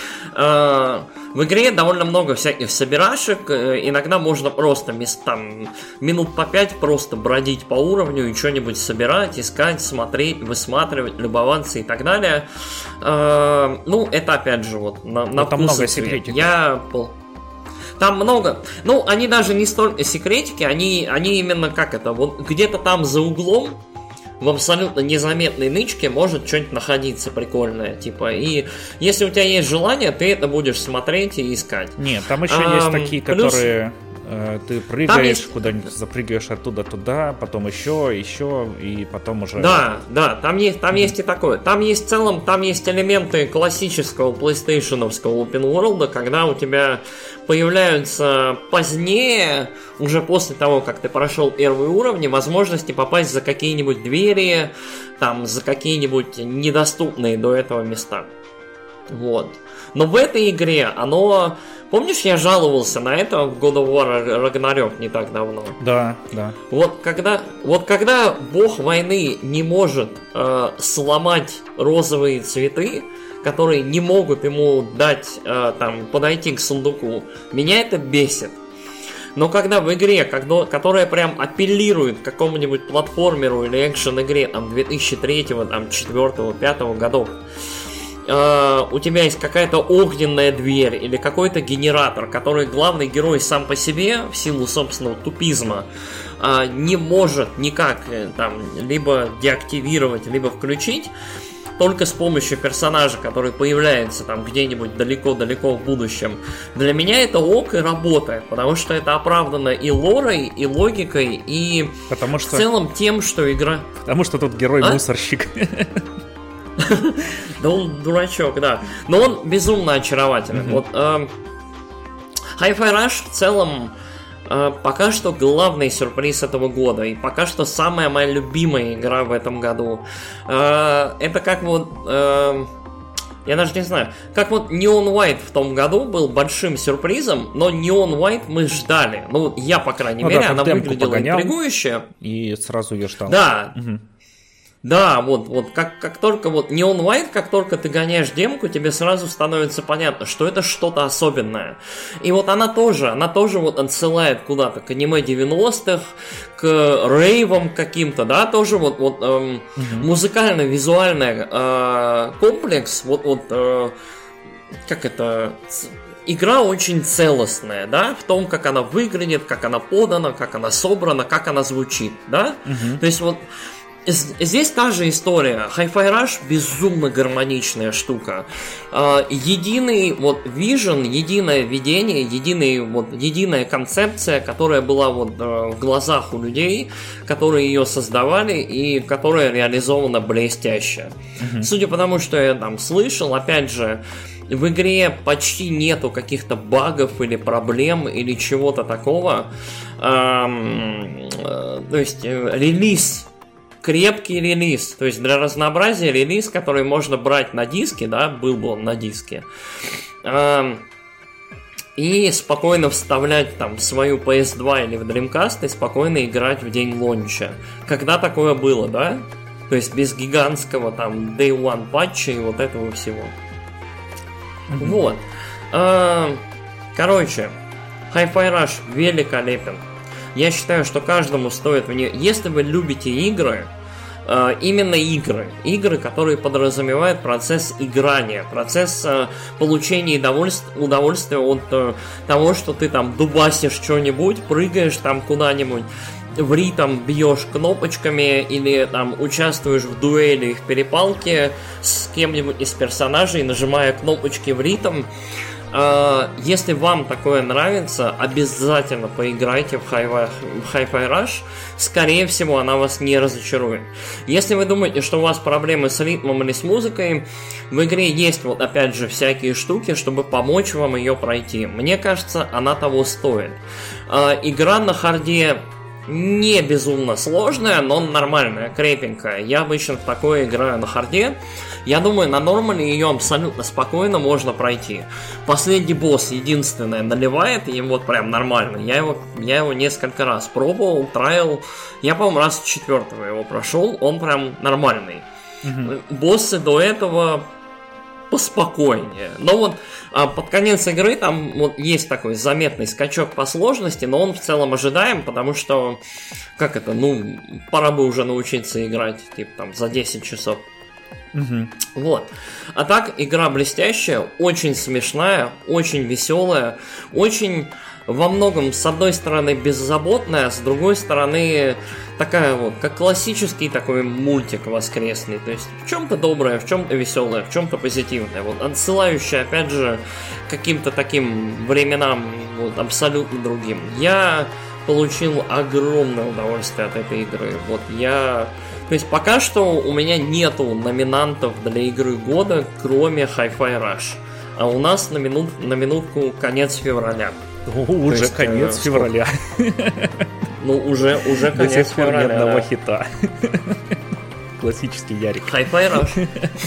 В игре довольно много всяких собирашек. Иногда можно просто там, минут по пять просто бродить по уровню и что-нибудь собирать, искать, смотреть, высматривать, любоваться и так далее. Ну, это опять же вот на, на там много секретиков. Я... Там много. Ну, они даже не столько секретики, они, они именно как это, вот где-то там за углом, в абсолютно незаметной нычке может что-нибудь находиться прикольное, типа, и если у тебя есть желание, ты это будешь смотреть и искать. Нет, там еще а, есть такие, плюс... которые э, ты прыгаешь есть... куда-нибудь, запрыгаешь оттуда туда, потом еще, еще, и потом уже... Да, да, там есть, там mm-hmm. есть и такое. Там есть в целом, там есть элементы классического PlayStation-овского Open World, когда у тебя появляются позднее, уже после того, как ты прошел первые уровни, возможности попасть за какие-нибудь двери, там, за какие-нибудь недоступные до этого места. Вот. Но в этой игре оно... Помнишь, я жаловался на это в God of War Ragnarok не так давно? Да, да. Вот когда, вот когда бог войны не может э, сломать розовые цветы, которые не могут ему дать, э, там, подойти к сундуку, меня это бесит. Но когда в игре, когда, которая прям апеллирует к какому-нибудь платформеру или экшен-игре там, две тысячи третьего, там, две тысячи четвёртого, две тысячи пятого годов, э, у тебя есть какая-то огненная дверь или какой-то генератор, который главный герой сам по себе, в силу собственного тупизма, э, не может никак э, там, либо деактивировать, либо включить, только с помощью персонажа, который появляется там где-нибудь далеко-далеко в будущем. Для меня это ок и работает, потому что это оправдано и лорой, и логикой, и потому что... в целом тем, что игра... Потому что тут герой а? мусорщик. Да он дурачок, да. Но он безумно очаровательный. Вот Hi-Fi Rush в целом пока что главный сюрприз этого года. И пока что самая моя любимая игра в этом году. Это как вот... Я даже не знаю. Как вот Neon White в том году был большим сюрпризом, но Neon White мы ждали. Ну, я, по крайней ну, мере, да, она выглядела интригующе. И сразу ее ждал. Да. Угу. Да, вот, вот как, как только вот Neon White, как только ты гоняешь демку, тебе сразу становится понятно, что это что-то особенное. И вот она тоже, она тоже вот отсылает куда-то к аниме девяностых, к рейвам каким-то, да, тоже вот, вот эм, угу. музыкально-визуальный э, комплекс, вот, вот э, как это... Игра очень целостная, да, в том, как она выглядит, как она подана, как она собрана, как она звучит, да. Угу. То есть вот здесь та же история. Hi-Fi Rush безумно гармоничная штука. Единый вот вижен, единое видение, единый, вот, единая концепция, которая была вот в глазах у людей, которые ее создавали и которая реализована блестяще. Mm-hmm. Судя по тому, что я там слышал, опять же, в игре почти нету каких-то багов или проблем или чего-то такого. эм, э, то есть э, релиз, крепкий релиз, то есть для разнообразия релиз, который можно брать на диске, да, был бы он на диске, эм, и спокойно вставлять там свою пи эс два или в Dreamcast и спокойно играть в день лонча. Когда такое было, да? То есть без гигантского там Day One патча и вот этого всего. Mm-hmm. Вот. А, короче, Hi-Fi Rush великолепен. Я считаю, что каждому стоит в нее... Если вы любите игры, именно игры, игры, которые подразумевают процесс играния, процесс э, получения удовольствия, удовольствия от э, того, что ты там дубасишь что-нибудь, прыгаешь там куда-нибудь, в ритм бьешь кнопочками или там участвуешь в дуэли, в перепалке с кем-нибудь из персонажей, нажимая кнопочки в ритм. Если вам такое нравится, обязательно поиграйте в Hi-Fi, Hi-Fi Rush. Скорее всего, она вас не разочарует. Если вы думаете, что у вас проблемы с ритмом или с музыкой, в игре есть вот опять же всякие штуки, чтобы помочь вам ее пройти. Мне кажется, она того стоит. Игра на харде не безумно сложная, но нормальная, крепенькая. Я обычно в такое играю на харде. Я думаю, на нормале ее абсолютно спокойно можно пройти. Последний босс единственное наливает, и вот прям нормально. Я его, я его несколько раз пробовал, траил. Я, по-моему, раз в четвертого его прошел. Он прям нормальный. Mm-hmm. Боссы до этого поспокойнее. Но вот а, под конец игры там вот есть такой заметный скачок по сложности, но он в целом ожидаем, потому что, как это, ну, пора бы уже научиться играть, типа там за десять часов. Угу. Вот. А так, игра блестящая, очень смешная, очень веселая, очень во многом, с одной стороны, беззаботная, а с другой стороны, такая вот, как классический такой мультик воскресный. То есть в чем-то доброе, в чем-то веселое, в чем-то позитивное. Вот, отсылающее, опять же, к каким-то таким временам вот, абсолютно другим. Я получил огромное удовольствие от этой игры. Вот я... То есть пока что у меня нету номинантов для игры года, кроме Hi-Fi Rush. А у нас на, минут, на минутку конец февраля. О, уже есть, конец э, февраля. Ну, уже, уже конец февраля. До одного хита. Классический Ярик. Hi-Fi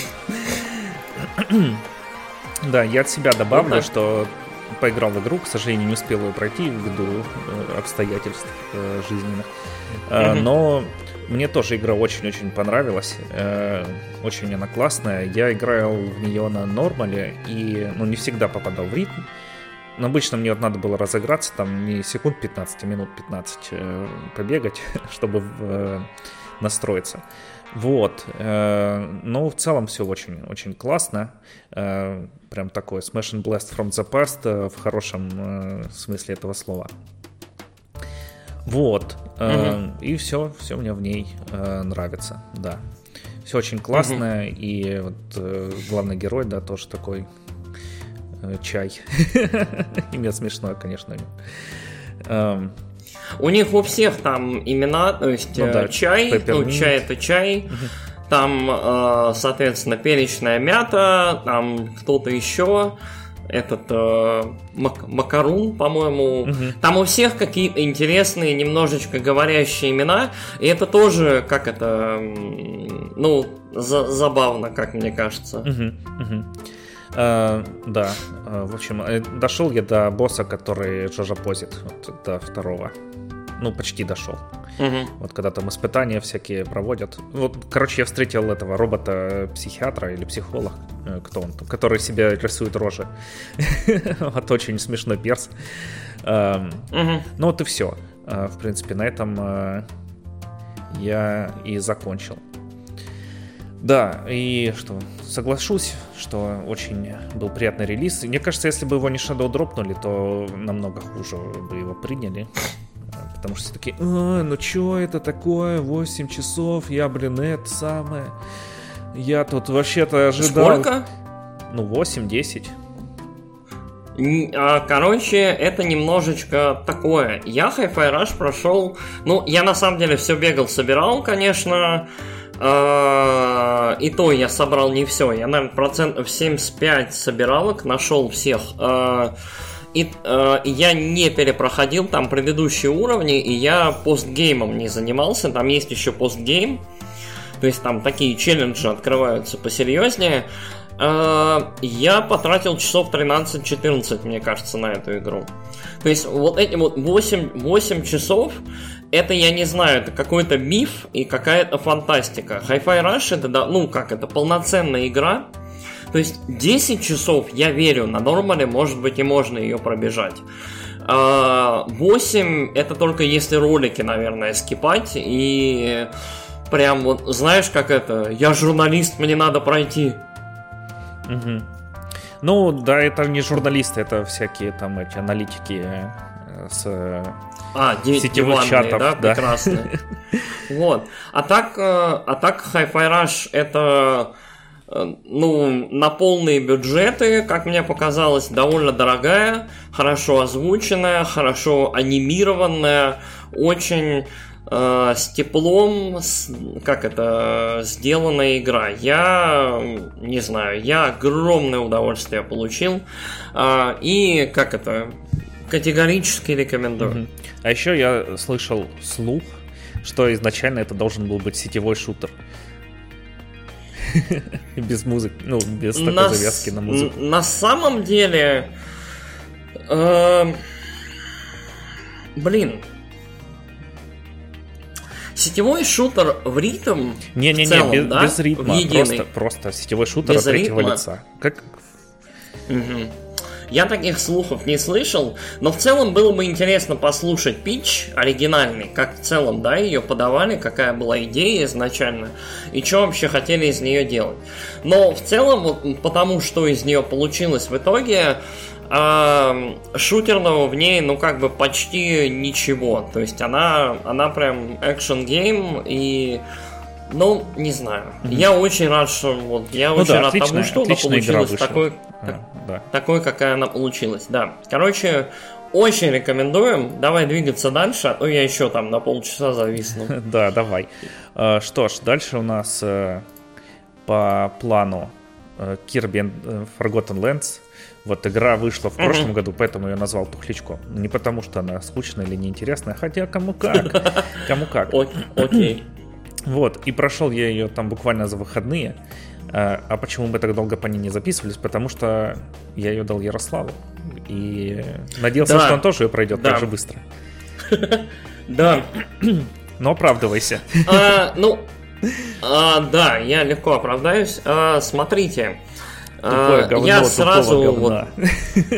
Rush. Да, я от себя добавлю, что поиграл в игру, к сожалению, не успел ее пройти ввиду обстоятельств жизненных. Но мне тоже игра очень-очень понравилась. Очень она классная. Я играл в нее на нормале и ну, не всегда попадал в ритм. Но обычно мне вот надо было разыграться, там не секунд пятнадцать, а минут пятнадцать э, побегать, чтобы э, настроиться. Вот. Э, но в целом все очень-очень классно. Э, прям такой smash and blast from the past э, в хорошем э, смысле этого слова. Вот. Э, mm-hmm. И все, все мне в ней э, нравится, да. Все очень классное, mm-hmm. и вот э, главный герой, да, тоже такой... Чай. Имя смешное, конечно. Um, у них у всех там имена, то есть ну, да, чай, ну, чай это чай, uh-huh. там, э, соответственно, перечная мята, там кто-то еще, этот э, мак- макарун, по-моему. Uh-huh. Там у всех какие-то интересные, немножечко говорящие имена, и это тоже, как это, ну, за- забавно, как мне кажется. Uh-huh. Uh-huh. Uh, да, uh, в общем, дошел я до босса, который Джоджо позит, вот, до второго. Ну, почти дошел. Uh-huh. Вот когда там испытания всякие проводят. Вот, короче, я встретил этого робота-психиатра или психолог, кто он, который себе рисует рожи. Вот очень смешной перс. Uh, uh-huh. Ну вот и все. Uh, в принципе, на этом uh, я и закончил. Да, и что, соглашусь, что очень был приятный релиз. Мне кажется, если бы его не Shadow дропнули, то намного хуже бы его приняли. Потому что все такие, а, ну что это такое, восемь часов, я, блин, это самое. Я тут вообще-то ожидал... Сколько? Ну, восемь-десять. Короче, это немножечко такое. Я Hi-Fi Rush прошел... Ну, я на самом деле все бегал, собирал, конечно... Uh, и то я собрал не все. Я, наверное, процентов семьдесят пять собиралок нашел всех. Uh, и э, я не перепроходил там предыдущие уровни, и я постгеймом не занимался. Там есть еще постгейм. То есть там такие челленджи открываются посерьезнее. Э, я потратил часов тринадцать-четырнадцать, мне кажется, на эту игру. То есть вот эти вот восемь, восемь часов, это, я не знаю, это какой-то миф и какая-то фантастика. Hi-Fi Rush это, да, ну как, это полноценная игра. То есть десять часов, я верю, на нормале, может быть, и можно ее пробежать. восемь это только если ролики, наверное, скипать. И прям вот, знаешь, как это, я журналист, мне надо пройти. Угу. Ну, да, это не журналисты, это всякие там эти аналитики с а, сетевых диванные, чатов. Да, да, прекрасные. Вот. А так, а так Hi-Fi Rush это, ну, на полные бюджеты, как мне показалось, довольно дорогая, хорошо озвученная, хорошо анимированная, очень э, с теплом, с, как это, сделанная игра. Я не знаю, я огромное удовольствие получил. Э, и как это, категорически рекомендую. Mm-hmm. А еще я слышал слух, что изначально это должен был быть сетевой шутер. Без музыки, ну, без такой на завязки на музыку. На самом деле, э, блин, сетевой шутер в ритм. Не-не-не, в целом, без, да? без ритма, просто, просто сетевой шутер без от третьего ритма. Лица. Как? Угу. Я таких слухов не слышал, но в целом было бы интересно послушать питч оригинальный, как в целом, да, ее подавали, какая была идея изначально, и что вообще хотели из нее делать. Но в целом, вот, потому что из нее получилось в итоге, э, шутерного в ней, ну, как бы почти ничего. То есть она, она прям экшен-гейм и... Ну, не знаю. Mm-hmm. Я очень рад, что вот я ну очень да, рад отличная, тому, что она получилась такой, а, так, да. такой, какая она получилась. Да. Короче, очень рекомендуем. Давай двигаться дальше, а то я еще там на полчаса зависну. Да, давай. Что ж, дальше у нас по плану Kirby Forgotten Lands. Вот игра вышла в прошлом году, поэтому я назвал тухлячком. Не потому, что она скучная или неинтересная, хотя кому как. Кому как. Окей. Вот, и прошел я ее там буквально за выходные. А, а почему мы так долго по ней не записывались? Потому что я ее дал Ярославу. И надеялся, да. что он тоже ее пройдет да. так же быстро. Да. Но оправдывайся. А, ну, а, да, я легко оправдаюсь. А, смотрите. Тупое говно, я сразу говна. Вот...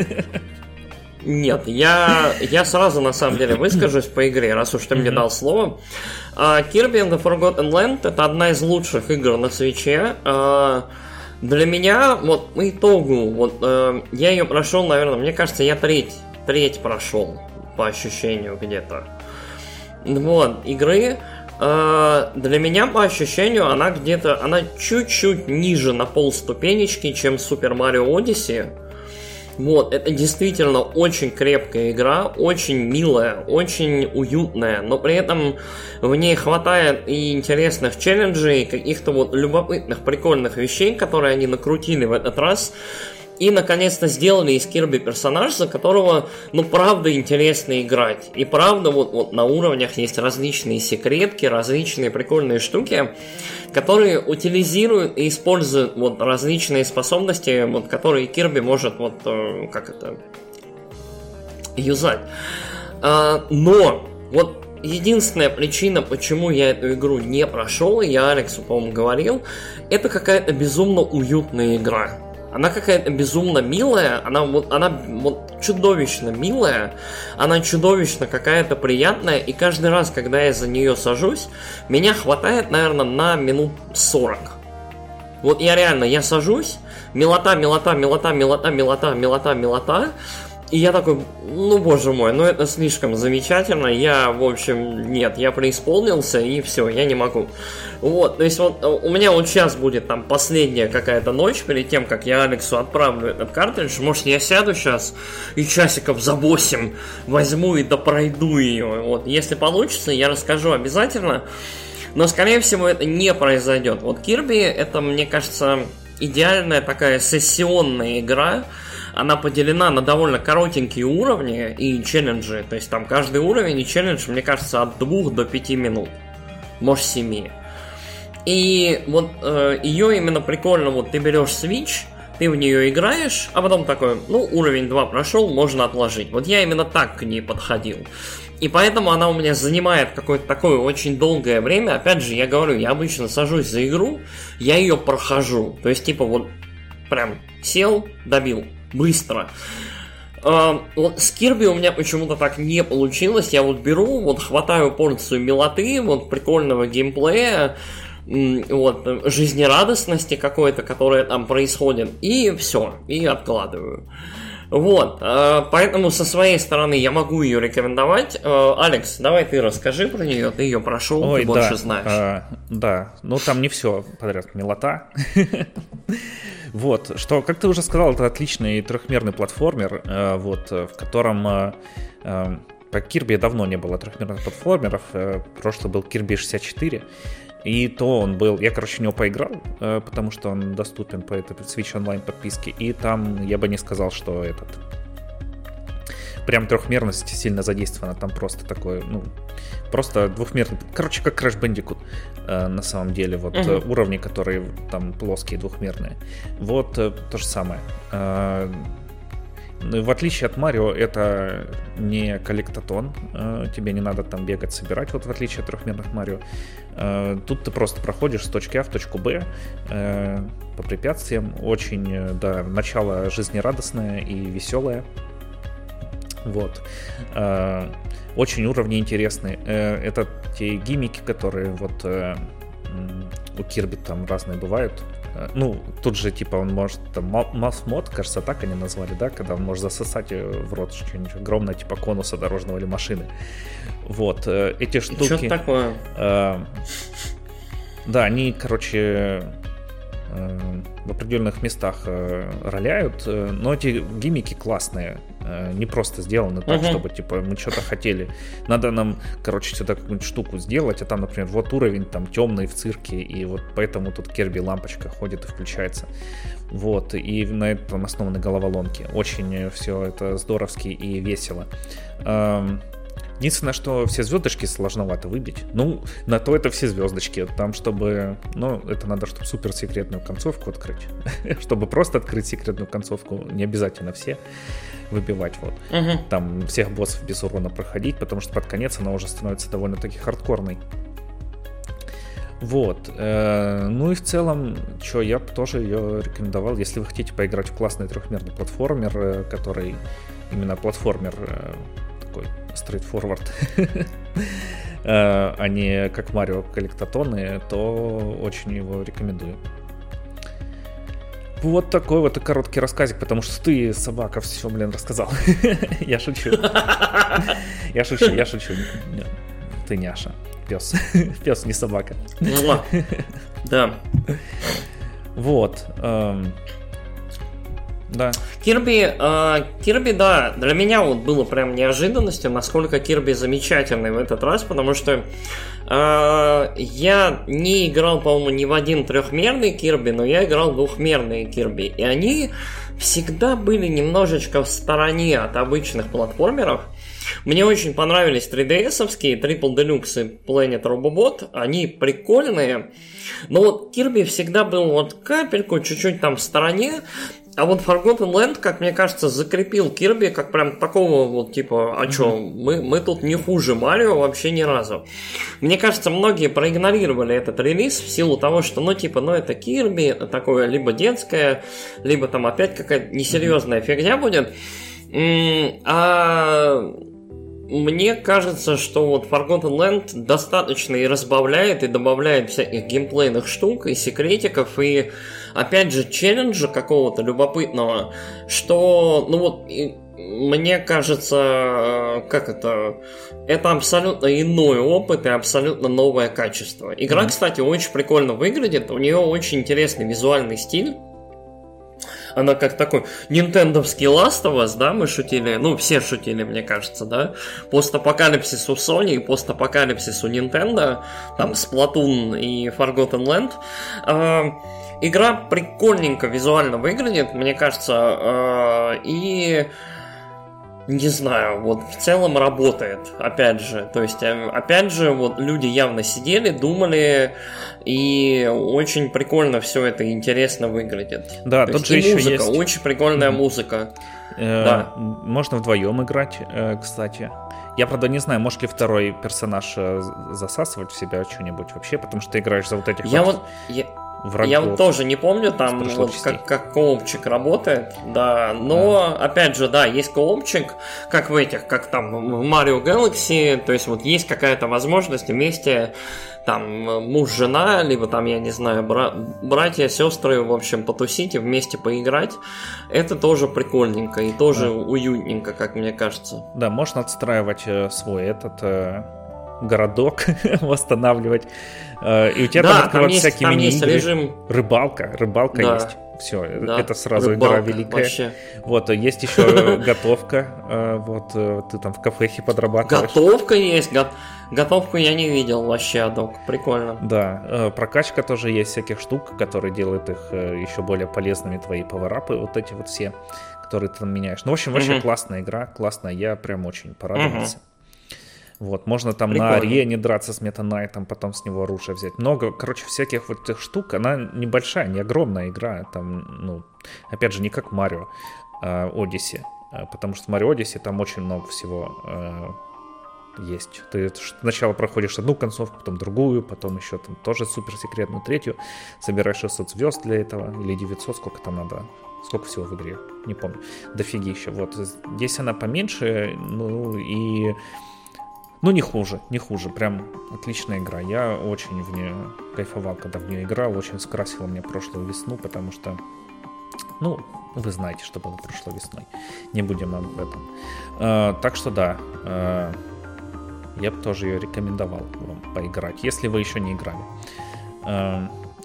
Нет, я, я сразу на самом деле выскажусь по игре, раз уж ты мне дал слово. uh, Kirby and the Forgotten Land — это одна из лучших игр на Switch'е. uh, Для меня, вот по итогу, вот, uh, я ее прошел, наверное, мне кажется, я треть, треть прошел, по ощущению где-то. Вот, игры. Uh, для меня, по ощущению, она где-то, она чуть-чуть ниже на полступенечки, чем Super Mario Odyssey. Вот, это действительно очень крепкая игра, очень милая, очень уютная, но при этом в ней хватает и интересных челленджей, каких-то вот любопытных, прикольных вещей, которые они накрутили в этот раз. И, наконец-то, сделали из Кирби персонаж, за которого, ну, правда, интересно играть. И правда, вот, вот на уровнях есть различные секретки, различные прикольные штуки, которые утилизируют и используют вот различные способности, вот, которые Кирби может, вот, э, как это, юзать. А, но, вот, единственная причина, почему я эту игру не прошел, и я Алексу, по-моему, говорил, это какая-то безумно уютная игра. Она какая-то безумно милая, она вот, она вот чудовищно милая, она чудовищно какая-то приятная, и каждый раз, когда я за нее сажусь, меня хватает, наверное, на минут сорок. Вот я реально, я сажусь, милота, милота, милота, милота, милота, милота, милота, и я такой, ну боже мой, ну это слишком замечательно, я, в общем, нет, я преисполнился, и все, я не могу. Вот, то есть вот у меня вот сейчас будет там последняя какая-то ночь перед тем, как я Алексу отправлю этот картридж. Может, я сяду сейчас и часиков за восемь возьму и допройду ее. Вот, если получится, я расскажу обязательно. Но, скорее всего, это не произойдет. Вот Kirby, это, мне кажется, идеальная такая сессионная игра. она поделена на довольно коротенькие уровни и челленджи. То есть там каждый уровень и челлендж, мне кажется, от двух до пяти минут. Может, семи. И вот э, ее именно прикольно, вот ты берешь Switch, ты в нее играешь, а потом такой, ну, уровень два прошел, можно отложить. Вот я именно так к ней подходил. И поэтому она у меня занимает какое-то такое очень долгое время. Опять же, я говорю, я обычно сажусь за игру, я ее прохожу. То есть, типа, вот прям сел, добил, быстро. Uh, вот с Kirby у меня почему-то так не получилось. Я вот беру, вот хватаю порцию милоты, вот прикольного геймплея, вот, жизнерадостности какой-то, которая там происходит, и все, и откладываю. Вот, uh, поэтому со своей стороны я могу ее рекомендовать. uh, Алекс, давай ты расскажи про нее, ты ее прошел, Ой, ты да, больше знаешь. uh, Да, ну там не все подряд милота. Вот, что, как ты уже сказал, это отличный трехмерный платформер, э, вот, в котором э, э, по Kirby давно не было трехмерных платформеров, э, прошлый был Kirby шестьдесят четыре, и то он был, я, короче, в него поиграл, э, потому что он доступен по этой Switch Online подписке, и там я бы не сказал, что этот... Прям трехмерность сильно задействована, там просто такой, ну, просто двухмерный, короче, как Crash Bandicoot э, на самом деле, вот uh-huh. уровни, которые там плоские, двухмерные, вот э, то же самое. Э, в отличие от Марио, это не коллектатон, э, тебе не надо там бегать, собирать, вот в отличие от трехмерных Марио. Э, тут ты просто проходишь с точки А в точку Б э, по препятствиям, очень, да, начало жизнерадостное и веселое. Вот. Э, очень уровни интересные. Э, это те гиммики, которые вот э, у Kirby там разные бывают. Э, ну, тут же типа он может там mouth-mod, кажется, так они назвали, да, когда он может засосать в рот что-нибудь огромное, типа конуса дорожного или машины. Вот. Э, эти штуки... Что такое? Э, да, они, короче... в определенных местах э, роляют, э, но эти гиммики классные, э, не просто сделаны так, uh-huh. чтобы типа мы что-то хотели. Надо нам, короче, сюда какую-нибудь штуку сделать, а там, например, вот уровень там темный в цирке, и вот поэтому тут Kirby лампочка ходит и включается. Вот, и на этом основаны головоломки. Очень все это здоровски и весело. Эм, Единственное, что все звездочки сложновато выбить. Ну, на то это все звездочки. Там, чтобы... Ну, это надо, чтобы суперсекретную концовку открыть. Чтобы просто открыть секретную концовку, не обязательно все выбивать. Вот. Uh-huh. Там всех боссов без урона проходить, потому что под конец она уже становится довольно-таки хардкорной. Вот. Ну и в целом, что, я бы тоже ее рекомендовал, если вы хотите поиграть в классный трехмерный платформер, который именно платформер... такой straightforward, а не как Марио коллектатоны, то очень его рекомендую. Вот такой вот и короткий рассказик, потому что ты, собака, все, блин, рассказал. Я шучу. Я шучу, я шучу. Ты няша. Пес. Пес, не собака. Да. Вот. Да. Kirby, э, Kirby, да, для меня вот было прям неожиданностью, насколько Kirby замечательный в этот раз, потому что э, я не играл, по-моему, ни в один трехмерный Kirby, но я играл в двухмерные Kirby, и они всегда были немножечко в стороне от обычных платформеров. Мне очень понравились три ди эс-овские, Triple Deluxe и Planet Robobot, они прикольные, но вот Kirby всегда был вот капельку, чуть-чуть там в стороне. А вот Forgotten Land, как мне кажется, закрепил Кирби как прям такого вот типа, а mm-hmm. чё, мы, мы тут не хуже Марио вообще ни разу. Мне кажется, многие проигнорировали этот релиз в силу того, что, ну типа, ну это Кирби, это такое либо детское, либо там опять какая-то несерьезная mm-hmm. фигня будет. А мне кажется, что вот Forgotten Land достаточно и разбавляет, и добавляет всяких геймплейных штук, и секретиков, и опять же челленджа какого-то любопытного, что, ну вот, и, мне кажется, как это, это абсолютно иной опыт и абсолютно новое качество. Игра, mm-hmm. кстати, очень прикольно выглядит, у нее очень интересный визуальный стиль. она как такой нинтендовский Last of Us, да, мы шутили, ну, все шутили, мне кажется, да, постапокалипсис у Sony и постапокалипсис у Nintendo, там, Splatoon и Forgotten Land. Э, игра прикольненько визуально выглядит, мне кажется, э, и... Не знаю, вот в целом работает, опять же, то есть, опять же, вот люди явно сидели, думали, и очень прикольно все это интересно выглядит. Да, то тут есть, же и еще музыка, есть... очень прикольная mm-hmm. музыка. Э, да. Можно вдвоем играть, кстати. Я, правда, не знаю, может ли второй персонаж засасывать в себя что-нибудь вообще, потому что ты играешь за вот этих я вот... вот я... Врагов. Я вот тоже не помню, там вот как, как коопчик работает, да, но а. опять же, да, есть коопчик, как в этих, как там в Mario Galaxy, то есть вот есть какая-то возможность вместе, там, муж-жена, либо там, я не знаю, бра- братья, сестры, в общем, потусить и вместе поиграть, это тоже прикольненько и тоже а. уютненько, как мне кажется. Да, можно отстраивать свой этот... городок восстанавливать. И у тебя да, там открываются есть, всякие мини-игры. Режим... Рыбалка, рыбалка да. есть. Все, да. это сразу Рыбалка, игра великая. Вообще. Вот, есть еще готовка. Вот, ты там в кафехе подрабатываешь. Готовка есть. Го... Готовку я не видел вообще, док. Прикольно. Да, прокачка тоже есть всяких штук, которые делают их еще более полезными, твои пауэрапы, вот эти вот все, которые ты там меняешь. Ну, в общем, вообще угу. классная игра, классная. Я прям очень порадовался. Угу. Вот, можно там Прикольно. На арене драться с Метанайтом, потом с него оружие взять. Много, короче, всяких вот этих штук. Она небольшая, не огромная игра. Там, ну, опять же, не как Mario а, Odyssey. А, потому что в Mario Odyssey там очень много всего а, есть. Ты сначала проходишь одну концовку, потом другую, потом еще там тоже суперсекретную, третью. Собираешь шестьсот звезд для этого, или девятьсот, сколько там надо. Сколько всего в игре, не помню. Дофигища. Вот, здесь она поменьше, ну, и... Ну, не хуже, не хуже, прям отличная игра. Я очень в нее кайфовал, когда в нее играл, очень скрасила мне прошлую весну, потому что, ну, вы знаете, что было прошлой весной. Не будем об этом. А, так что да, а, я бы тоже ее рекомендовал вам поиграть, если вы еще не играли. А,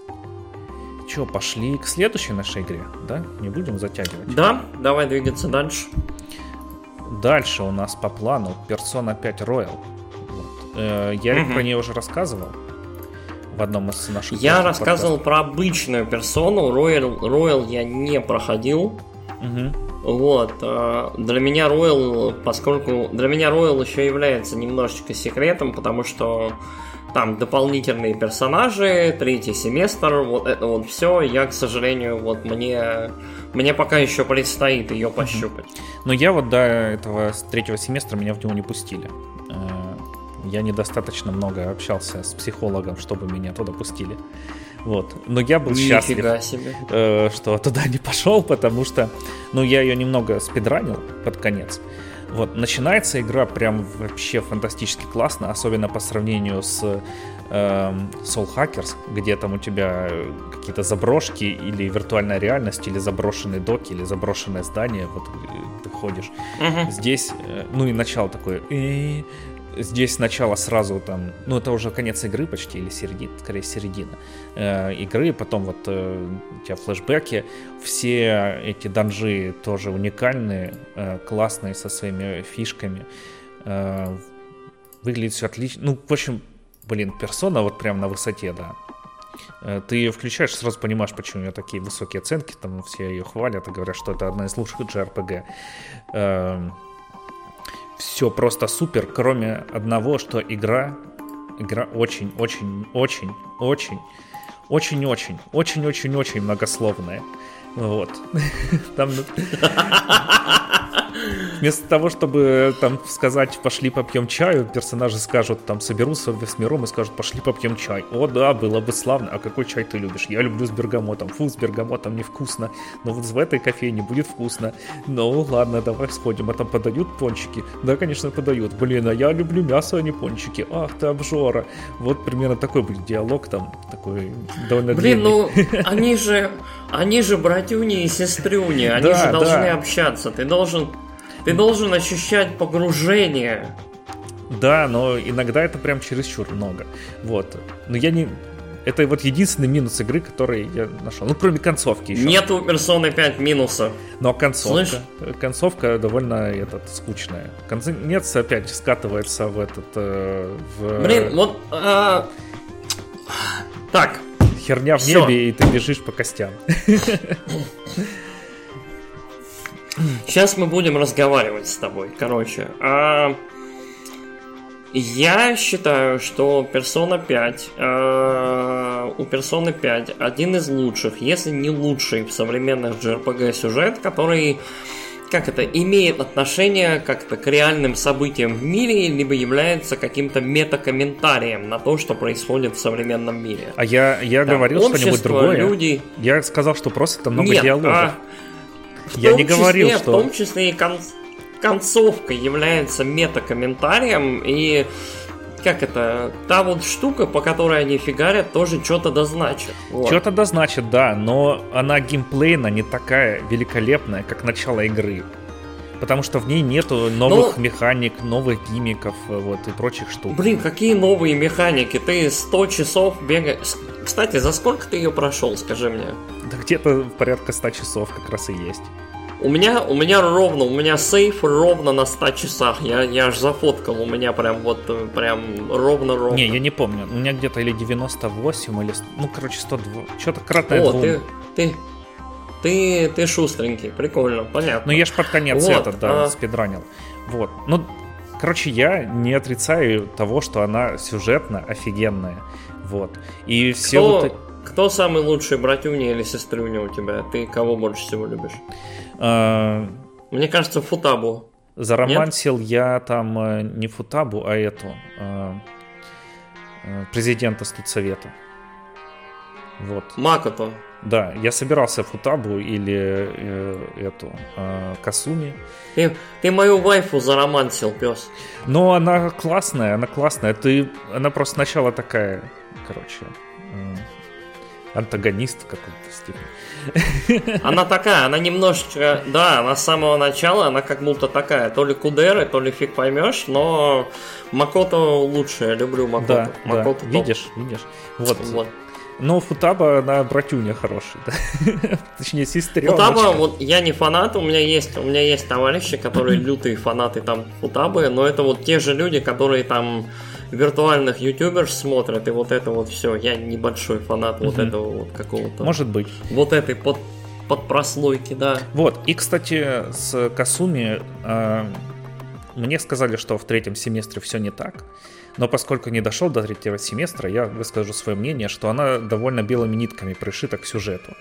Че, пошли к следующей нашей игре, да? Не будем затягивать. Да, давай двигаться дальше. Дальше у нас по плану Persona пять Royal. Вот. Э, я угу. про нее уже рассказывал в одном из наших Я рассказывал подкастов. Про обычную персону. Royal, Royal я не проходил. Угу. Вот. Для меня Royal, поскольку для меня Royal еще является немножечко секретом, потому что там дополнительные персонажи, третий семестр, вот это вот все. Я, к сожалению, вот мне, мне пока еще предстоит ее пощупать. Но я вот до этого третьего семестра меня в него не пустили. Я недостаточно много общался с психологом, чтобы меня туда пустили. Вот. Но я был Нифига счастлив, себе. Что туда не пошел, потому что, ну, я ее немного спидранил под конец. Вот, начинается игра прям вообще фантастически классно, особенно по сравнению с э, Soul Hackers, где там у тебя какие-то заброшки или виртуальная реальность, или заброшенные доки, или заброшенное здание, вот ты ходишь. Uh-huh. Здесь, э, ну и начало такое... И... Здесь сначала сразу там, ну это уже конец игры почти, или середина, скорее середина э, игры, потом вот э, у тебя флешбеки, все эти данжи тоже уникальные, э, классные, со своими фишками, э, выглядит все отлично, ну в общем, блин, персона вот прям на высоте, да. Э, ты включаешь, сразу понимаешь, почему у нее такие высокие оценки, там все ее хвалят и говорят, что это одна из лучших джей ар пи джи. Э, Все просто супер, кроме одного, что игра, игра очень, очень, очень, очень, очень, очень, очень, очень, очень многословная. Вот. Там... Вместо того, чтобы там сказать «пошли попьем чаю», персонажи скажут, там, соберутся восьмером и скажут «пошли попьем чай». О, да, было бы славно. А какой чай ты любишь? Я люблю с бергамотом. Фу, с бергамотом невкусно. Но вот в этой кофейне будет вкусно. Ну, ладно, давай сходим. А там подают пончики? Да, конечно, подают. Блин, а я люблю мясо, а не пончики. Ах ты обжора. Вот примерно такой будет диалог там, такой довольно Блин, длинный. ну, они же, они же братюни и сестрюни. Они да, же должны да. общаться. Ты должен... Ты должен ощущать погружение. Да, но иногда это прям чересчур много. Вот. Но я не... Это вот единственный минус игры, который я нашел. Ну, кроме концовки еще. Нет у Persona пять минуса. Но концовка. Слышь? Концовка довольно этот, скучная. Конец опять скатывается в этот... Э, в... Блин, вот... А... Так. Херня в Всё. небе, и ты бежишь по костям. Сейчас мы будем разговаривать с тобой. Короче, а... я считаю, что Persona пять, э, у Persona пять один из лучших, если не лучший в современных джей ар пи джи сюжет, который, как это, имеет отношение как-то к реальным событиям в мире, либо является каким-то метакомментарием на то, что происходит в современном мире. А я, я Там говорил общество, что-нибудь другое. Люди... Я сказал, что просто там много Нет, диалогов. а... Я том не говорил, числе, что... В том числе и кон... концовка является метакомментарием, и как это, та вот штука, по которой они фигарят, тоже что-то дозначит. Вот. Что-то дозначит, да, но она геймплейно не такая великолепная, как начало игры. Потому что в ней нету новых Но... механик, новых гиммиков, вот, и прочих штук. Блин, какие новые механики? Ты сто часов бегаешь... Кстати, за сколько ты ее прошел, скажи мне? Да где-то порядка ста часов как раз и есть. У меня, у меня ровно, у меня сейф ровно на ста часах. Я, я аж зафоткал, у меня прям вот, прям ровно-ровно. Не, я не помню. У меня где-то или девяносто восемь, или... Ну, короче, сто два. Что-то кратное О, двум. ты, ты, ты, ты шустренький, прикольно, понятно. Ну, я ж под конец вот, этот, да, а... спидранил. Вот. Ну, короче, я не отрицаю того, что она сюжетно офигенная. Вот. И все кто, вот... кто самый лучший братюня или сестрюня у тебя? Ты кого больше всего любишь? А... Мне кажется, Футабу. Заромансил Нет? я там э, не Футабу, а эту э, э, президента студсовета. Вот. Макото. Да, я собирался Футабу или э, эту э, Касуми. Ты, ты мою вайфу заромансил, пес. Но она классная, она классная. Ты, она просто сначала такая, короче, э, антагонист в каком-то стиле. Она такая, она немножечко, да, она с самого начала, она как будто такая, то ли кудеры, то ли фиг поймешь, но Макото лучше, я люблю Макото. Да, Макото да. топ. видишь, видишь. Вот. Вот. Но Футаба, она братюня хороший, да? Точнее, сестреночка. Футаба, вот я не фанат, у меня есть, у меня есть товарищи, которые лютые фанаты там Футабы, но это вот те же люди, которые там виртуальных ютуберов смотрят, и вот это вот все. Я небольшой фанат вот этого вот какого-то. Может быть. Вот этой под, под прослойки, да. Вот, и, кстати, с Касуми э, мне сказали, что в третьем семестре все не так. Но поскольку не дошел до третьего семестра, я выскажу свое мнение, что она довольно белыми нитками пришита к сюжету.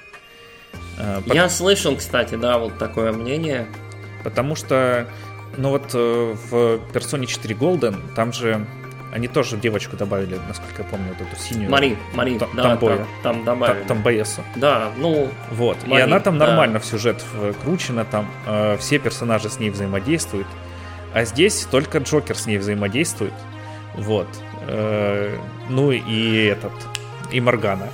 Я слышал, кстати, да, вот такое мнение. Потому что, ну вот в Persona четыре Golden, там же они тоже девочку добавили, насколько я помню, вот эту синюю. Мари, Мари, Т- да, Тамбоя. там, там добавили. Там, Тамбоесу. Да, ну... Вот, Мари, и она там да. нормально в сюжет вкручена, там э, все персонажи с ней взаимодействуют. А здесь только Джокер с ней взаимодействует. Вот. Э, ну и этот, и Моргана.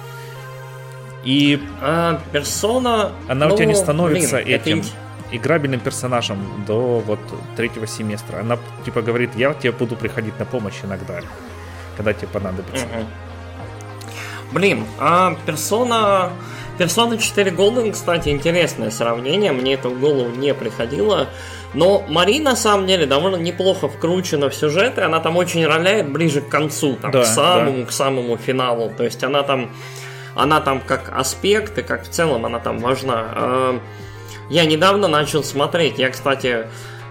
И а, Persona... она ну, у тебя не становится блин, этим это... играбельным персонажем до вот третьего семестра. Она типа говорит, я тебе буду приходить на помощь иногда, когда тебе понадобится. Угу. Блин, а Persona... Persona четыре Golden, кстати, интересное сравнение, мне это в голову не приходило. Но Мари, на самом деле, довольно неплохо вкручена в сюжет, и она там очень роляет ближе к концу, там, да, к самому, да. к самому финалу. То есть она там, она там как аспект, и как в целом она там важна. Я недавно начал смотреть, я, кстати,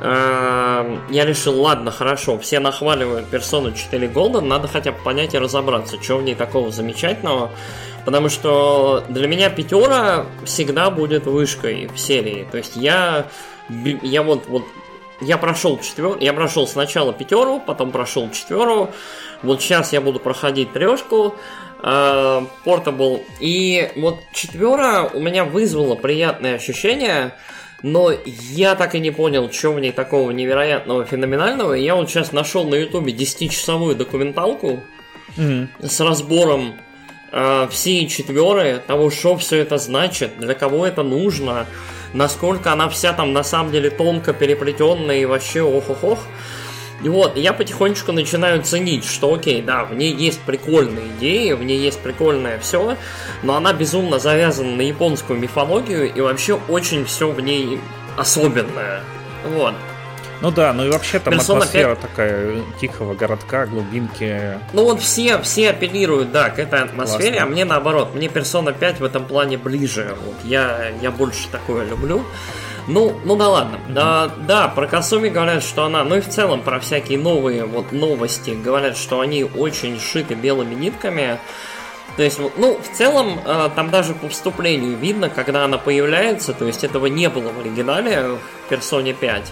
я решил, ладно, хорошо, все нахваливают Persona четыре Golden, надо хотя бы понять и разобраться, что в ней такого замечательного. Потому что для меня пятера всегда будет вышкой в серии. То есть я, я вот, вот я прошел четвер, я прошел сначала пятеру, потом прошел четверу. Вот сейчас я буду проходить трешку, э, Portable. И вот четвера у меня вызвала приятные ощущения, но я так и не понял, что в ней такого невероятного, феноменального. И я вот сейчас нашел на ютубе десятичасовую документалку mm-hmm. с разбором все четверы, того, что все это значит, для кого это нужно, насколько она вся там на самом деле тонко переплетенная и вообще ох-ох-ох. И вот, я потихонечку начинаю ценить, что окей, да, в ней есть прикольные идеи, в ней есть прикольное все, но она безумно завязана на японскую мифологию, и вообще очень все в ней особенное. Вот. Ну да, ну и вообще там Persona атмосфера пять... такая тихого городка, глубинки. Ну вот все, все апеллируют, да, к этой атмосфере, Классно. А мне наоборот, мне Persona пять в этом плане ближе. Вот я, я больше такое люблю. Ну, ну да ладно. Mm-hmm. Да, да, про Касуми говорят, что она, ну и в целом про всякие новые вот новости говорят, что они очень шиты белыми нитками. То есть, ну, в целом, там даже по вступлению видно, когда она появляется, то есть этого не было в оригинале в Persona пять.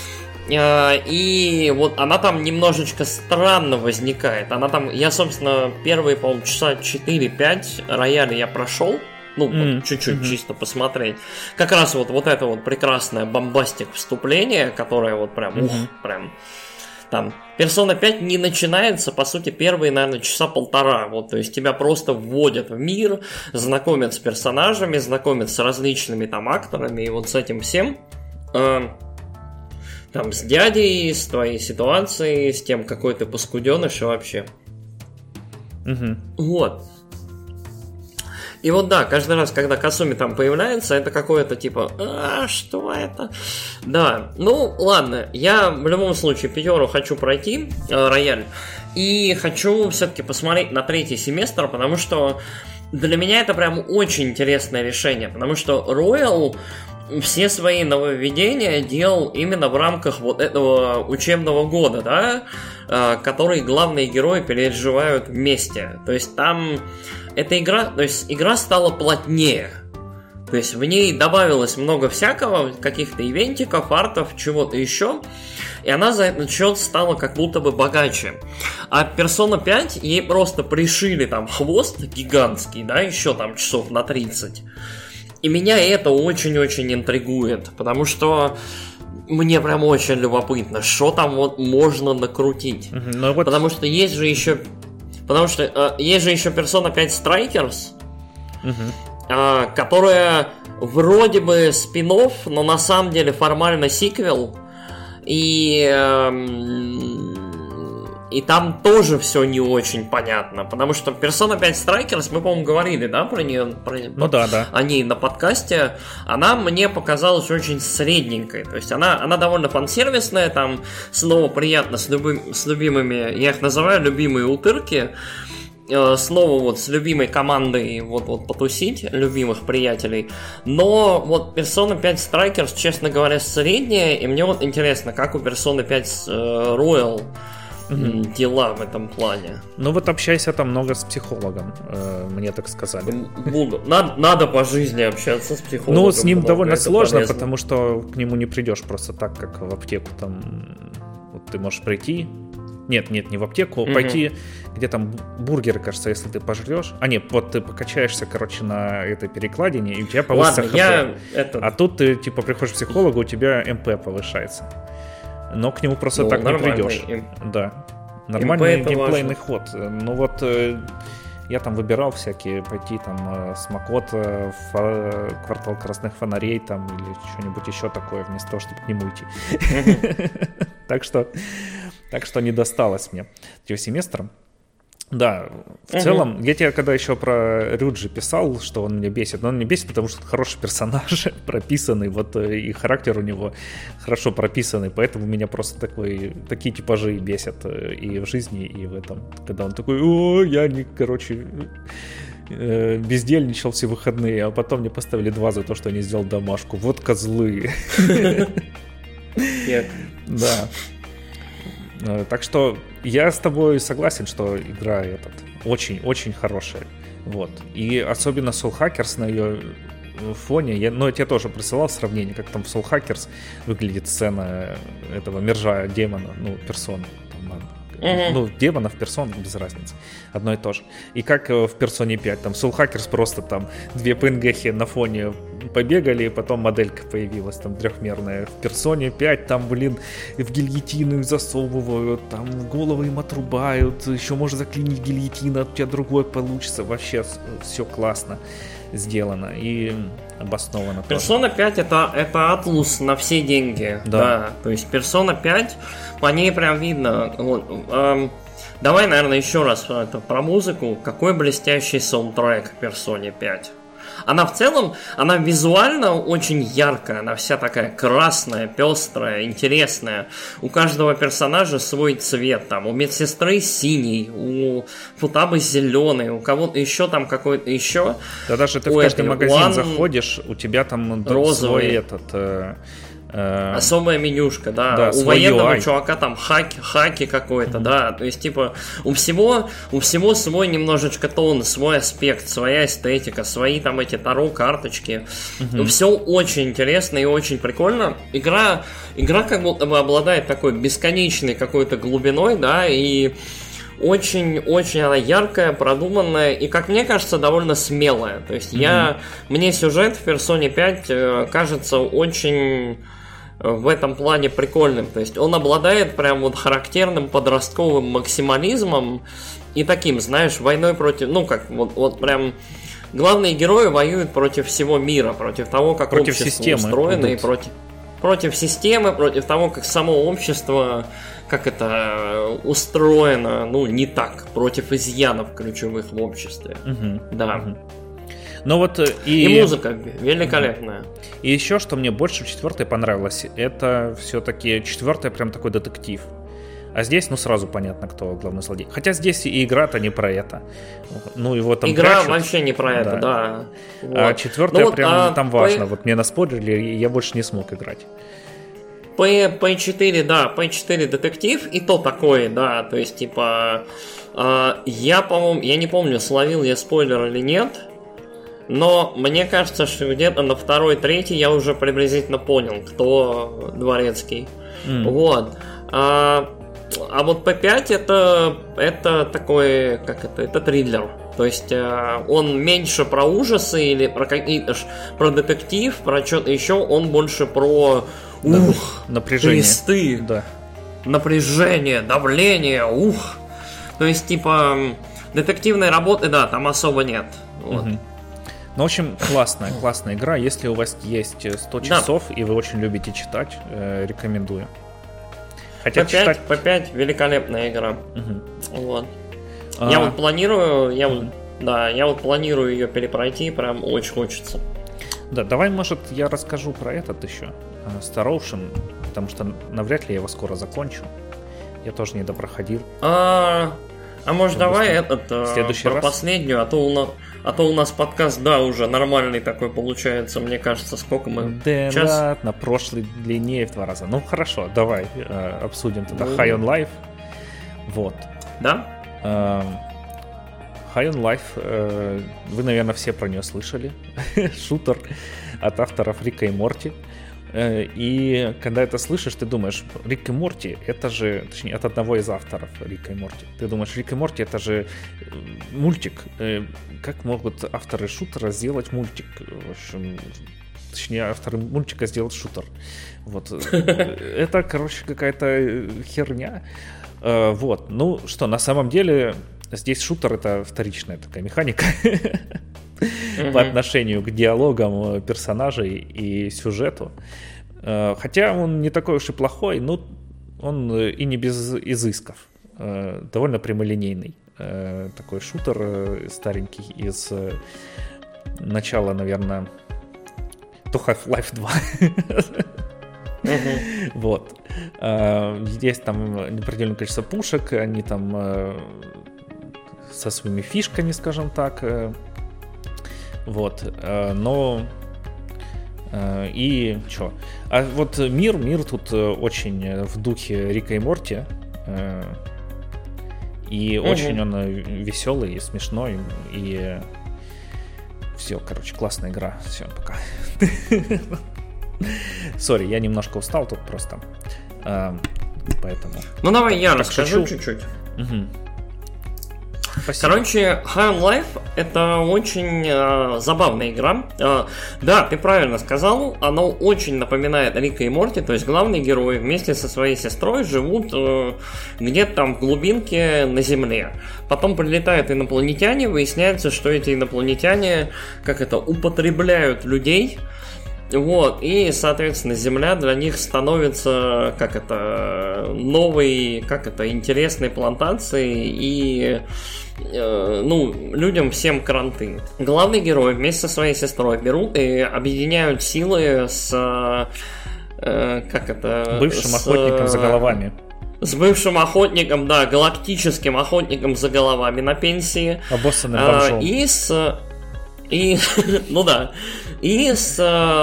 И вот она там немножечко странно возникает. Она там, я, собственно, первые, по-моему, часа четыре-пять рояля я прошел. Ну, mm-hmm. вот, чуть-чуть mm-hmm. чисто посмотреть. Как раз вот, вот это вот прекрасное бомбастик вступление, которое вот прям, mm-hmm. ух, прям... Там, Persona пять не начинается, по сути, первые, наверное, часа полтора. Вот, то есть тебя просто вводят в мир, знакомят с персонажами, знакомят с различными там акторами, и вот с этим всем. Э, там, с дядей, с твоей ситуацией, с тем, какой ты паскуденыш и вообще. Mm-hmm. Вот. И вот да, каждый раз, когда Касуми там появляется, это какое-то типа, а, что это? Да, ну ладно, я в любом случае пятеру хочу пройти, э, рояль, и хочу все-таки посмотреть на третий семестр, потому что для меня это прям очень интересное решение, потому что Royal все свои нововведения делал именно в рамках вот этого учебного года, да, э, который главные герои переживают вместе. То есть там эта игра, то есть игра стала плотнее. То есть в ней добавилось много всякого, каких-то ивентиков, артов, чего-то еще. И она за этот счет стала как будто бы богаче. А Persona пять ей просто пришили там хвост гигантский, да, еще там часов на тридцать. И меня это очень-очень интригует, потому что мне прям очень любопытно, что там вот можно накрутить. Uh-huh, ну, вот... Потому что есть же еще... Потому что э, есть же еще Persona пять Strikers, uh-huh. э, которая вроде бы спин-офф, но на самом деле формально сиквел. И... Э, И там тоже все не очень понятно, потому что Persona пять Strikers, мы, по-моему, говорили, да, про нее, про, ну, да, да. о ней на подкасте, она мне показалась очень средненькой, то есть она, она довольно фан-сервисная, там снова приятно с, любым, с любимыми, я их называю любимые утырки, э, снова вот с любимой командой вот, вот потусить, любимых приятелей, но вот Persona пять Strikers, честно говоря, средняя, и мне вот интересно, как у Persona пять э, Royal Mm-hmm. дела в этом плане. Ну вот общайся там много с психологом, э, мне так сказали. Буду. Надо, надо по жизни общаться с психологом. Ну, с ним довольно сложно, полезно. Потому что к нему не придешь просто так, как в аптеку. Там вот ты можешь прийти. Нет, нет, не в аптеку, mm-hmm. пойти, где там бургеры, кажется, если ты пожрешь. А нет, вот ты покачаешься, короче, на этой перекладине, и у тебя повысится Ладно, я это... А тут ты типа приходишь к психологу, у тебя эм пэ повышается. Но к нему просто ну, так не придешь. Им... Да. Нормальный геймплейный ход. Ну вот э, я там выбирал всякие, пойти там э, с Макото в э, квартал красных фонарей там или что-нибудь еще такое, вместо того, чтобы к нему идти. Так что так что не досталось мне третьего семестра. Да, в uh-huh. целом, я тебе когда еще про Рюджи писал, что он меня бесит, но он меня бесит, потому что он хороший персонаж, прописанный, вот и характер у него хорошо прописанный, поэтому меня просто такой, такие типажи бесят и в жизни, и в этом. Когда он такой, о, я не, короче, бездельничал все выходные, а потом мне поставили два за то, что я не сделал домашку. Вот козлы. Да. Так что я с тобой согласен, что игра этот очень-очень хорошая. Вот. И особенно Soul Hackers на ее фоне, я, ну, я тебе тоже присылал сравнение, как там в Soul Hackers выглядит сцена этого мержа демона, ну, персоны. Там, uh-huh. Ну, демонов, персон, без разницы. Одно и то же. И как в Persona пять, там Soul Hackers просто там две пи эн джи-хи на фоне побегали, и потом моделька появилась там трехмерная. В персоне пять там, блин, в гильотину их засовывают, там головы им отрубают, еще можно заклинить гильотину, у тебя другой получится. Вообще все классно сделано и обосновано. Persona пять это, это атлус на все деньги. Да. да. То есть Persona пять, по ней прям видно. Вот, эм, давай, наверное, еще раз это, про музыку. Какой блестящий саундтрек Persona пять. Она в целом, она визуально очень яркая, она вся такая красная, пестрая, интересная. У каждого персонажа свой цвет. Там, у медсестры синий, у Футабы зеленый, у кого-то еще там какой-то еще. Да даже ты в каждый этой, магазин One заходишь, у тебя там розовый свой этот... Э... Особая менюшка, да. да у военного ю ай. Чувака там хаки, хаки какой-то, mm-hmm. да. То есть, типа, у всего, у всего свой немножечко тон, свой аспект, своя эстетика, свои там эти таро карточки. Mm-hmm. Все очень интересно и очень прикольно. Игра, игра как будто бы обладает такой бесконечной какой-то глубиной, да, и очень-очень она яркая, продуманная и, как мне кажется, довольно смелая. То есть mm-hmm. я... Мне сюжет в Persona пять э, кажется очень... в этом плане прикольным. То есть он обладает прям вот характерным подростковым максимализмом и таким, знаешь, войной против... Ну, как вот, вот прям... Главные герои воюют против всего мира, против того, как против общество системы устроено, идут. и против... Против системы, против того, как само общество, как это устроено, ну, не так, против изъянов ключевых в обществе. Угу. Да. Угу. Ну вот и... и музыка великолепная. И еще, что мне больше в четвертой понравилось, это все-таки четвертая прям такой детектив. А здесь, ну, сразу понятно, кто главный злодей. Хотя здесь и игра-то не про это. Ну, его там Игра прячут. вообще не про это, да. да. Вот. А четвертая ну, прям а, P... там важно. Вот мне наспойлерили, и я больше не смог играть. пи четыре, да, пи четыре детектив, и то такое, да. То есть, типа, э, я, по-моему, я не помню, словил я спойлер или нет. Но мне кажется, что где-то на второй, третий я уже приблизительно понял, кто Дворецкий. Mm. Вот. А, а вот пи пять это, это такой, как это, это триллер. То есть он меньше про ужасы или про какие-то про детектив, про что-то еще, он больше про ух, напряжение. Кресты, да. напряжение, давление, ух. То есть, типа, детективной работы, да, там особо нет. Вот. Mm-hmm. Ну, в общем, классная, классная игра. Если у вас есть сто часов, да. и вы очень любите читать, э, рекомендую. Хотя пи пять, читать... пи пять великолепная игра. Угу. Вот. А... Я вот планирую, я угу. вот, да, я вот планирую ее перепройти, прям очень хочется. Да, давай, может, я расскажу про этот еще, Star Ocean, потому что навряд ли я его скоро закончу. Я тоже не допроходил. А, а может, давай этот следующий про раз? последнюю, а то у нас. А то у нас подкаст, да, уже нормальный такой получается, мне кажется, сколько мы... Да Час? ладно, прошлый длиннее в два раза. Ну хорошо, давай э, обсудим тогда ну... High on Life. Вот. Да? Э, High on Life, э, вы, наверное, все про нее слышали. Шутер от авторов Рика и Морти. Э, и когда это слышишь, ты думаешь, Рик и Морти, это же, точнее, от одного из авторов Рика и Морти. Ты думаешь, Рик и Морти, это же мультик. Э, как могут авторы шутера сделать мультик? В общем, точнее, авторы мультика сделать шутер. Вот. Это, короче, какая-то херня. Вот. Ну что, на самом деле, здесь шутер — это вторичная такая механика по отношению к диалогам персонажей и сюжету. Хотя он не такой уж и плохой, но он и не без изысков. Довольно прямолинейный. Такой шутер старенький из начала, наверное, то Half-Life два. Uh-huh. Вот. Есть там определенное количество пушек, они там со своими фишками, скажем так. Вот. Но и что? А вот мир, мир тут очень в духе Рика и Морти. И uh-huh. очень он веселый и смешной. И все, короче, классная игра. Все, пока. Сори, я немножко устал тут просто. А, поэтому. Ну давай я так расскажу шучу. чуть-чуть. Угу. Спасибо. Короче, High on Life это очень э, забавная игра. Э, да, ты правильно сказал, она очень напоминает Рика и Морти, то есть главные герои вместе со своей сестрой живут э, где-то там в глубинке на Земле. Потом прилетают инопланетяне, выясняется, что эти инопланетяне, как это, употребляют людей. Вот, и, соответственно, Земля для них становится, как это, новой, как это, интересной плантацией, и, э, ну, людям всем кранты. Главный герой вместе со своей сестрой берут и объединяют силы с, э, как это... Бывшим с, охотником за головами. С бывшим охотником, да, галактическим охотником за головами на пенсии. Обоссанным бомжом. Э, и с... И, ну да, и с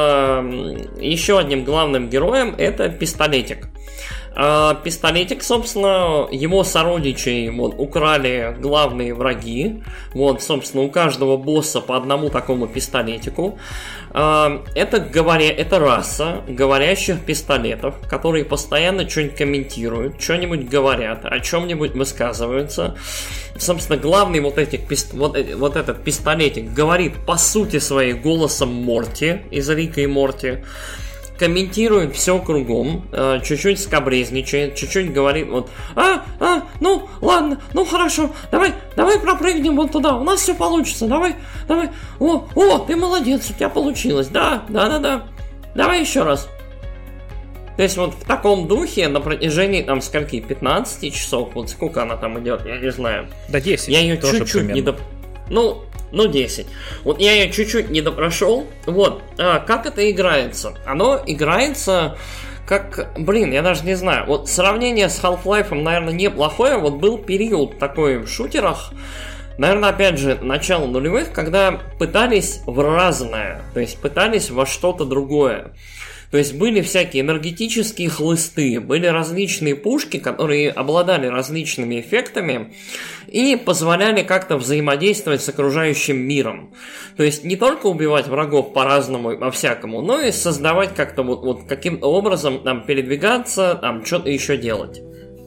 э, еще одним главным героем это Пистолетик. Э, Пистолетик, собственно, его сородичей вот, украли главные враги. Вот, собственно, у каждого босса по одному такому пистолетику. Э, это, говоря, это раса говорящих пистолетов, которые постоянно что-нибудь комментируют, что-нибудь говорят, о чем-нибудь высказываются. Собственно, главный вот, этих, вот, вот этот пистолетик говорит по сути своей голосом Морти из Рика и Морти, комментирует все кругом, э, чуть-чуть скабрезничает, чуть-чуть говорит вот, а, а, ну, ладно, ну хорошо, давай, давай пропрыгнем вот туда, у нас все получится, давай, давай, о, о, ты молодец, у тебя получилось, да, да, да, да, давай еще раз. То есть вот в таком духе на протяжении там скольки, пятнадцать часов, вот сколько она там идет, я не знаю. Да десять. Я ее тоже чуть-чуть примерно. не доп... Ну, ну десять. Вот я ее чуть-чуть не допрошел. Вот, а, как это играется? Оно играется как, блин, я даже не знаю. Вот сравнение с Half-Life, наверное, неплохое. Вот был период такой в шутерах, наверное, опять же, начало нулевых, когда пытались в разное, то есть пытались во что-то другое. То есть были всякие энергетические хлысты, были различные пушки, которые обладали различными эффектами и позволяли как-то взаимодействовать с окружающим миром. То есть не только убивать врагов по-разному и по-всякому, но и создавать как-то вот, вот каким-то образом там передвигаться, там что-то еще делать.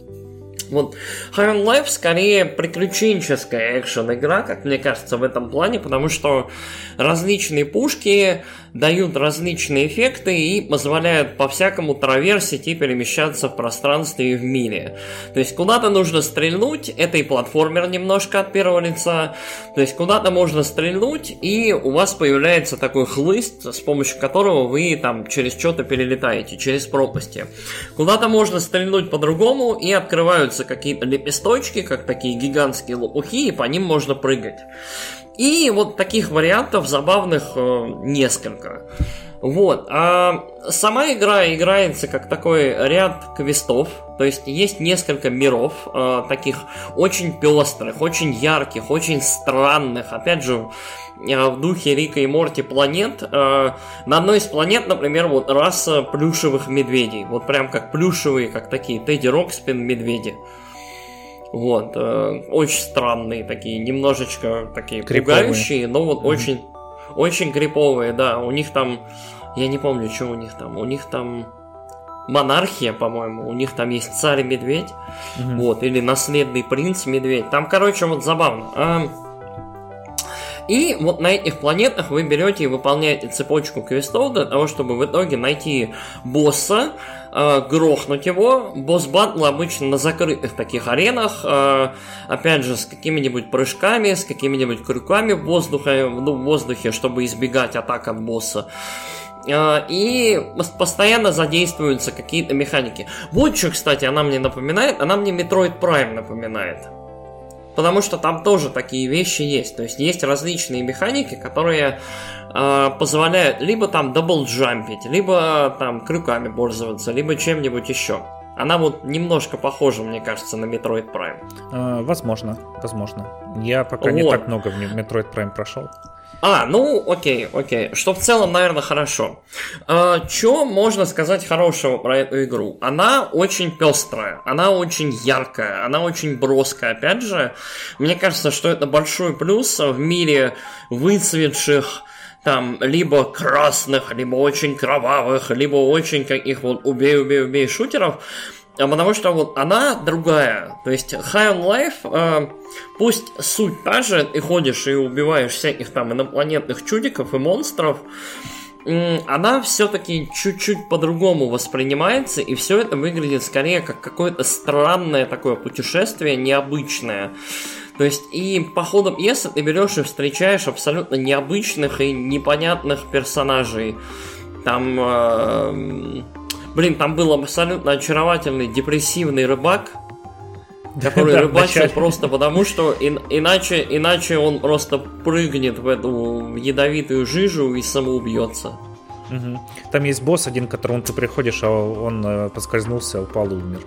Вот High on Life скорее приключенческая экшен-игра, как мне кажется, в этом плане, потому что различные пушки дают различные эффекты и позволяют по-всякому траверсить и перемещаться в пространстве и в мире. То есть куда-то нужно стрельнуть, это и платформер немножко от первого лица, то есть куда-то можно стрельнуть, и у вас появляется такой хлыст, с помощью которого вы там через что-то перелетаете, через пропасти. Куда-то можно стрельнуть по-другому, и открываются какие-то лепесточки, как такие гигантские лопухи, и по ним можно прыгать. И вот таких вариантов забавных э, несколько. Вот. А сама игра играется как такой ряд квестов. То есть есть несколько миров, э, таких очень пестрых, очень ярких, очень странных. Опять же, э, в духе Рика и Морти планет. Э, на одной из планет, например, вот раса плюшевых медведей. Вот прям как плюшевые, как такие Тедди Рокспин медведи. Вот, э, очень странные такие, немножечко такие криповые, пугающие, но вот mm-hmm. очень, очень криповые, да. У них там, я не помню, что у них там, у них там монархия, по-моему, у них там есть царь-медведь, mm-hmm. вот, или наследный принц-медведь. Там, короче, вот забавно. А, и вот на этих планетах вы берете и выполняете цепочку квестов для того, чтобы в итоге найти босса, э, грохнуть его. Босс-баттлы обычно на закрытых таких аренах, э, опять же, с какими-нибудь прыжками, с какими-нибудь крюками в воздухе, ну, в воздухе, чтобы избегать атак от босса. Э, и постоянно задействуются какие-то механики. Вот что, кстати, она мне напоминает, она мне Metroid Prime напоминает. Потому что там тоже такие вещи есть. То есть есть различные механики, которые э, позволяют либо там даблджампить, либо там крюками пользоваться, либо чем-нибудь еще. Она вот немножко похожа, мне кажется, на Metroid Prime. Э, возможно, возможно. Я пока вот. не так много в Metroid Prime прошел. А, ну, окей, окей. Что в целом, наверное, хорошо. А, что можно сказать хорошего про эту игру? Она очень пестрая, она очень яркая, она очень броская. Опять же, мне кажется, что это большой плюс в мире выцветших, там, либо красных, либо очень кровавых, либо очень каких вот убей-убей-убей шутеров. Потому что вот она другая. То есть High on Life, э, пусть суть та же, ты ходишь и убиваешь всяких там инопланетных чудиков и монстров, э, она все-таки чуть-чуть по-другому воспринимается, и все это выглядит скорее как какое-то странное такое путешествие, необычное. То есть и по ходу пьесы ты берешь и встречаешь абсолютно необычных и непонятных персонажей. Там... Э, Блин, там был абсолютно очаровательный депрессивный рыбак, который да, рыбачил вначале. Просто потому, что ин- иначе, иначе он просто прыгнет в эту ядовитую жижу и самоубьется. Угу. Там есть босс один, к которому ты приходишь, а он э, поскользнулся, упал и умер.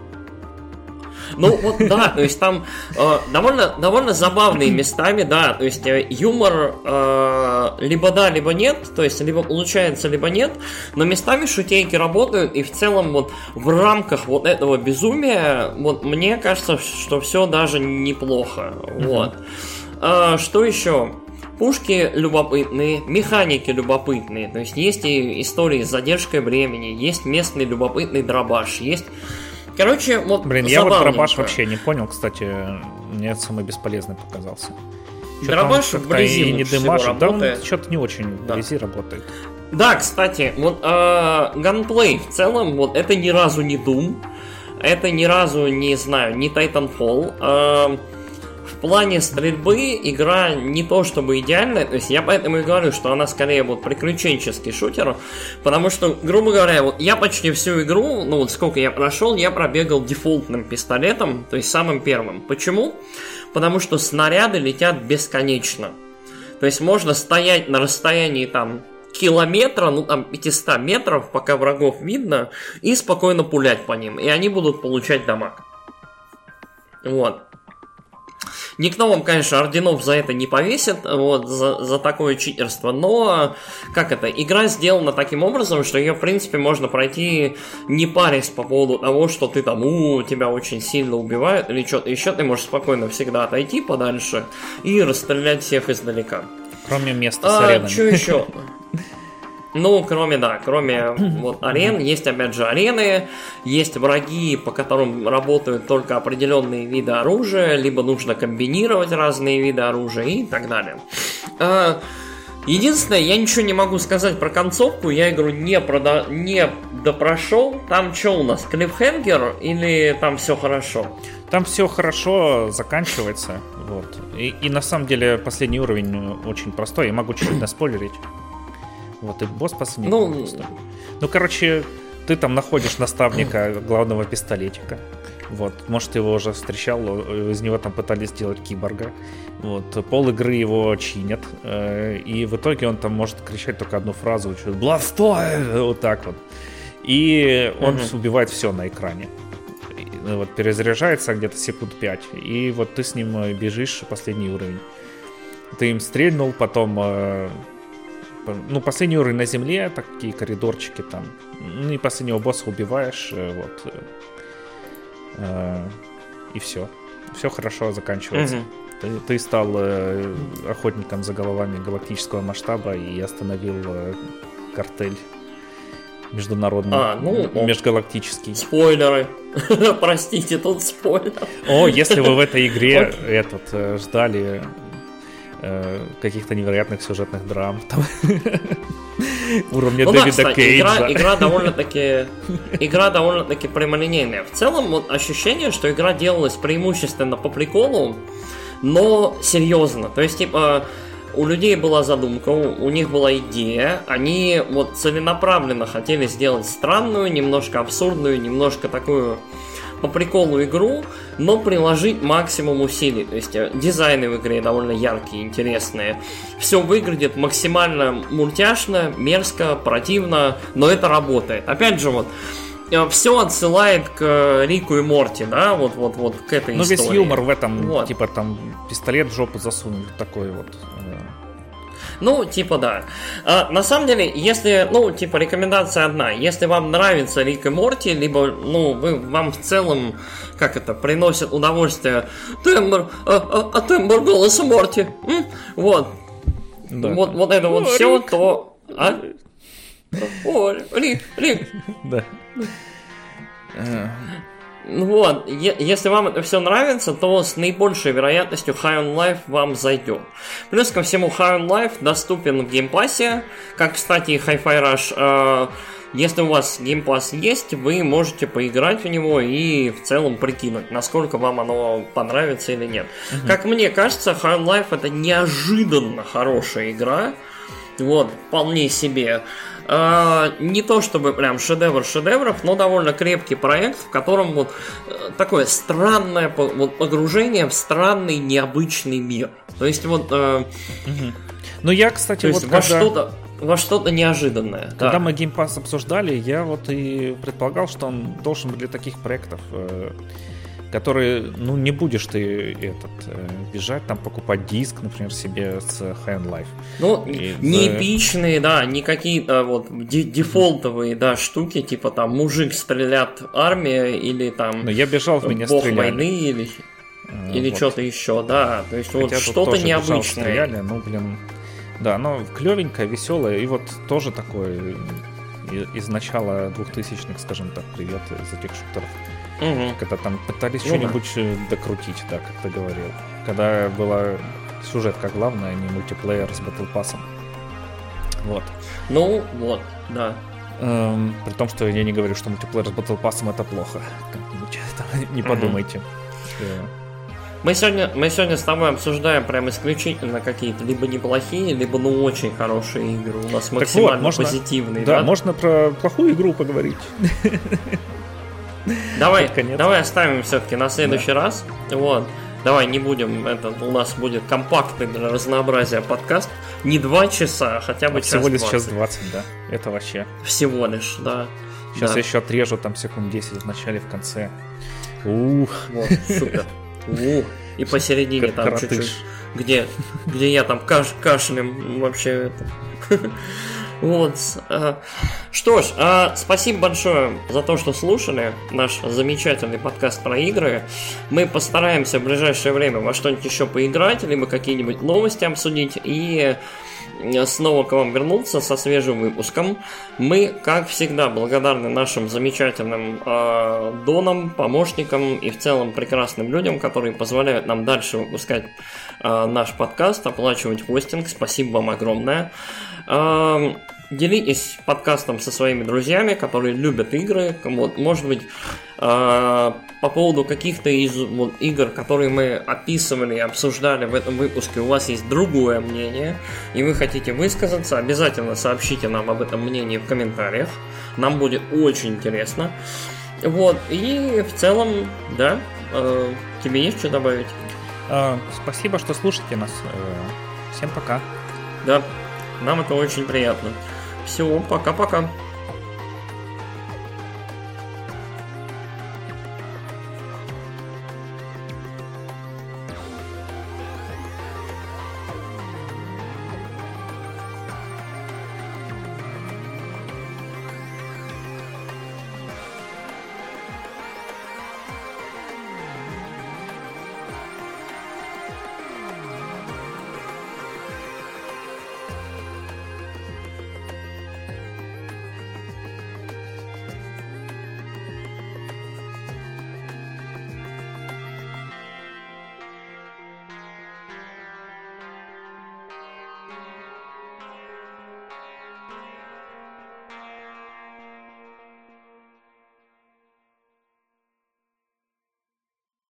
Ну вот да, то есть там э, довольно, довольно забавные местами, да, то есть э, юмор э, либо да, либо нет, то есть либо получается, либо нет, но местами шутейки работают, и в целом вот в рамках вот этого безумия, вот мне кажется, что все даже неплохо, вот. А, что еще? Пушки любопытные, механики любопытные, то есть есть и истории с задержкой времени, есть местный любопытный дробаш, есть... Короче, вот Блин, я вот дробаш вообще не понял, кстати, мне самый бесполезный показался. Дробаш вблизи и не дымашит, да, он что-то не очень вблизи да. работает. Да, кстати, вот ганплей в целом, вот это ни разу не Doom, это ни разу, не знаю, не Titanfall. Э, в плане стрельбы игра не то чтобы идеальная, то есть я поэтому и говорю, что она скорее вот приключенческий шутер, потому что, грубо говоря, вот я почти всю игру, ну вот сколько я прошел, я пробегал дефолтным пистолетом, то есть самым первым. Почему? Потому что снаряды летят бесконечно. То есть можно стоять на расстоянии там километра, ну там пятьсот метров, пока врагов видно, и спокойно пулять по ним, и они будут получать дамаг. Вот. Никто вам, конечно, орденов за это не повесит, вот, за, за такое читерство, но, как это, игра сделана таким образом, что ее, в принципе, можно пройти не парясь по поводу того, что ты там, у, тебя очень сильно убивают, или что-то еще, ты можешь спокойно всегда отойти подальше и расстрелять всех издалека. Кроме места с аренами. А, что еще? Ну, кроме, да, кроме вот арен, есть, опять же, арены, есть враги, по которым работают только определенные виды оружия, либо нужно комбинировать разные виды оружия и так далее. Единственное, я ничего не могу сказать про концовку, я игру не, прода- не допрошел. Там что у нас, клиффхенгер или там все хорошо? Там все хорошо заканчивается, вот. И, и на самом деле последний уровень очень простой, я могу чуть-чуть наспойлерить. Вот, и босс последний. Ну, ну, короче, ты там находишь наставника главного пистолетика. Вот, может, ты его уже встречал, из него там пытались сделать киборга. Вот, пол игры его чинят. И в итоге он там может кричать только одну фразу: «Бластой!» Вот так вот. И он uh-huh. убивает все на экране. Вот, перезаряжается где-то секунд пять. И вот ты с ним бежишь последний уровень. Ты им стрельнул, потом... Ну, последний уровень на земле, такие коридорчики там. Ну, и последнего босса убиваешь, вот. И все. Все хорошо заканчивается. Mm-hmm. Ты, ты стал э, охотником за головами галактического масштаба и остановил э, картель международный, а, ну, межгалактический. Спойлеры. Простите, тут спойлер. О, если вы в этой игре этот э, ждали... каких-то невероятных сюжетных драм там. Уровня ну Дэвида да, кстати, Кейджа. Игра, игра довольно-таки игра довольно-таки прямолинейная. В целом, вот ощущение, что игра делалась преимущественно по приколу, но серьезно. То есть, типа, у людей была задумка, у, у них была идея, они вот целенаправленно хотели сделать странную, немножко абсурдную, немножко такую по приколу игру, но приложить максимум усилий. То есть дизайны в игре довольно яркие, интересные. Все выглядит максимально мультяшно, мерзко, противно, но это работает. Опять же, вот все отсылает к Рику и Морти, да, вот, вот, вот к этой ну, истории. Ну, весь юмор в этом, вот. Типа там пистолет в жопу засунуть, такой вот. Ну, типа, да. А, на самом деле, если, ну, типа, рекомендация одна. Если вам нравится Рик и Морти, либо, ну, вы, вам в целом, как это, приносит удовольствие тембр, а, а, а тембр голоса Морти. М? Вот. Да. Вот. Вот это вот О, все, Рик. То... А? О, Рик, Рик. Да. Вот, если вам это все нравится, то с наибольшей вероятностью High on Life вам зайдет. Плюс ко всему, High on Life доступен в геймпассе, как, кстати, и Hi-Fi Rush. Если у вас геймпасс есть, вы можете поиграть в него и в целом прикинуть, насколько вам оно понравится или нет. Uh-huh. Как мне кажется, High on Life это неожиданно хорошая игра. Вот, вполне себе. Uh, не то чтобы прям шедевр шедевров, но довольно крепкий проект, в котором вот uh, такое странное вот, погружение в странный необычный мир. То есть вот... Uh, угу. Ну я, кстати, то вот есть когда... во что-то во что-то неожиданное. Когда да. мы Game Pass обсуждали, я вот и предполагал, что он должен быть для таких проектов, э, которые, ну, не будешь ты этот э, бежать, там, покупать диск, например, себе с High on Life. Ну, и не за... эпичные, да, не какие-то вот дефолтовые, да, штуки, типа там мужик стрелят, армия, или там... Но я бежал, в меня бог стреляли. войны, или, а, или вот. Что-то еще, да. То есть Хотя вот что-то необычное. Бежал, стреляли, ну, блин... Да, оно клевенькое, веселое, и вот тоже такое из начала двухтысячных, скажем так, привет из этих шутеров. Угу. Когда там пытались ну, что-нибудь да. докрутить, да, как ты говорил. Когда была сюжетка главная, а не мультиплеер с Battle Pass'ом. Вот. Ну, вот, да. Эм, при том, что я не говорю, что мультиплеер с Battle Pass'ом это плохо. Как-нибудь там, не подумайте. Угу. Мы сегодня, мы сегодня с тобой обсуждаем прям исключительно какие-то либо неплохие, либо ну очень хорошие игры. У нас так максимально вот, можно, позитивные. Да, да, можно про плохую игру поговорить. Давай, давай оставим все-таки на следующий да. раз. Вот. Давай не будем, это у нас будет компактный для разнообразия подкаст. Не два часа, а хотя бы а час всего лишь двадцать. час двадцать, да. Это вообще. Всего лишь, да. Сейчас да. я еще отрежу там секунд десять в начале, в конце. Ух. Вот, супер. У, и посередине там Коротыш. чуть-чуть, где, где я там каш, кашлем вообще это. Вот. Что ж, спасибо большое за то, что слушали наш замечательный подкаст про игры. Мы постараемся в ближайшее время во что-нибудь еще поиграть, либо какие-нибудь новости обсудить и снова к вам вернуться со свежим выпуском. Мы, как всегда, благодарны нашим замечательным э, донам, помощникам и в целом прекрасным людям, которые позволяют нам дальше выпускать э, наш подкаст, оплачивать хостинг. Спасибо вам огромное. Э, делитесь подкастом со своими друзьями, которые любят игры. Вот, может быть, э, по поводу каких-то из вот, игр, которые мы описывали и обсуждали в этом выпуске, у вас есть другое мнение, и вы хотите высказаться, обязательно сообщите нам об этом мнении в комментариях. Нам будет очень интересно. Вот, и в целом, да, э, тебе есть что добавить? А, спасибо, что слушаете нас. Всем пока. Да, нам это очень приятно. Все, пока-пока.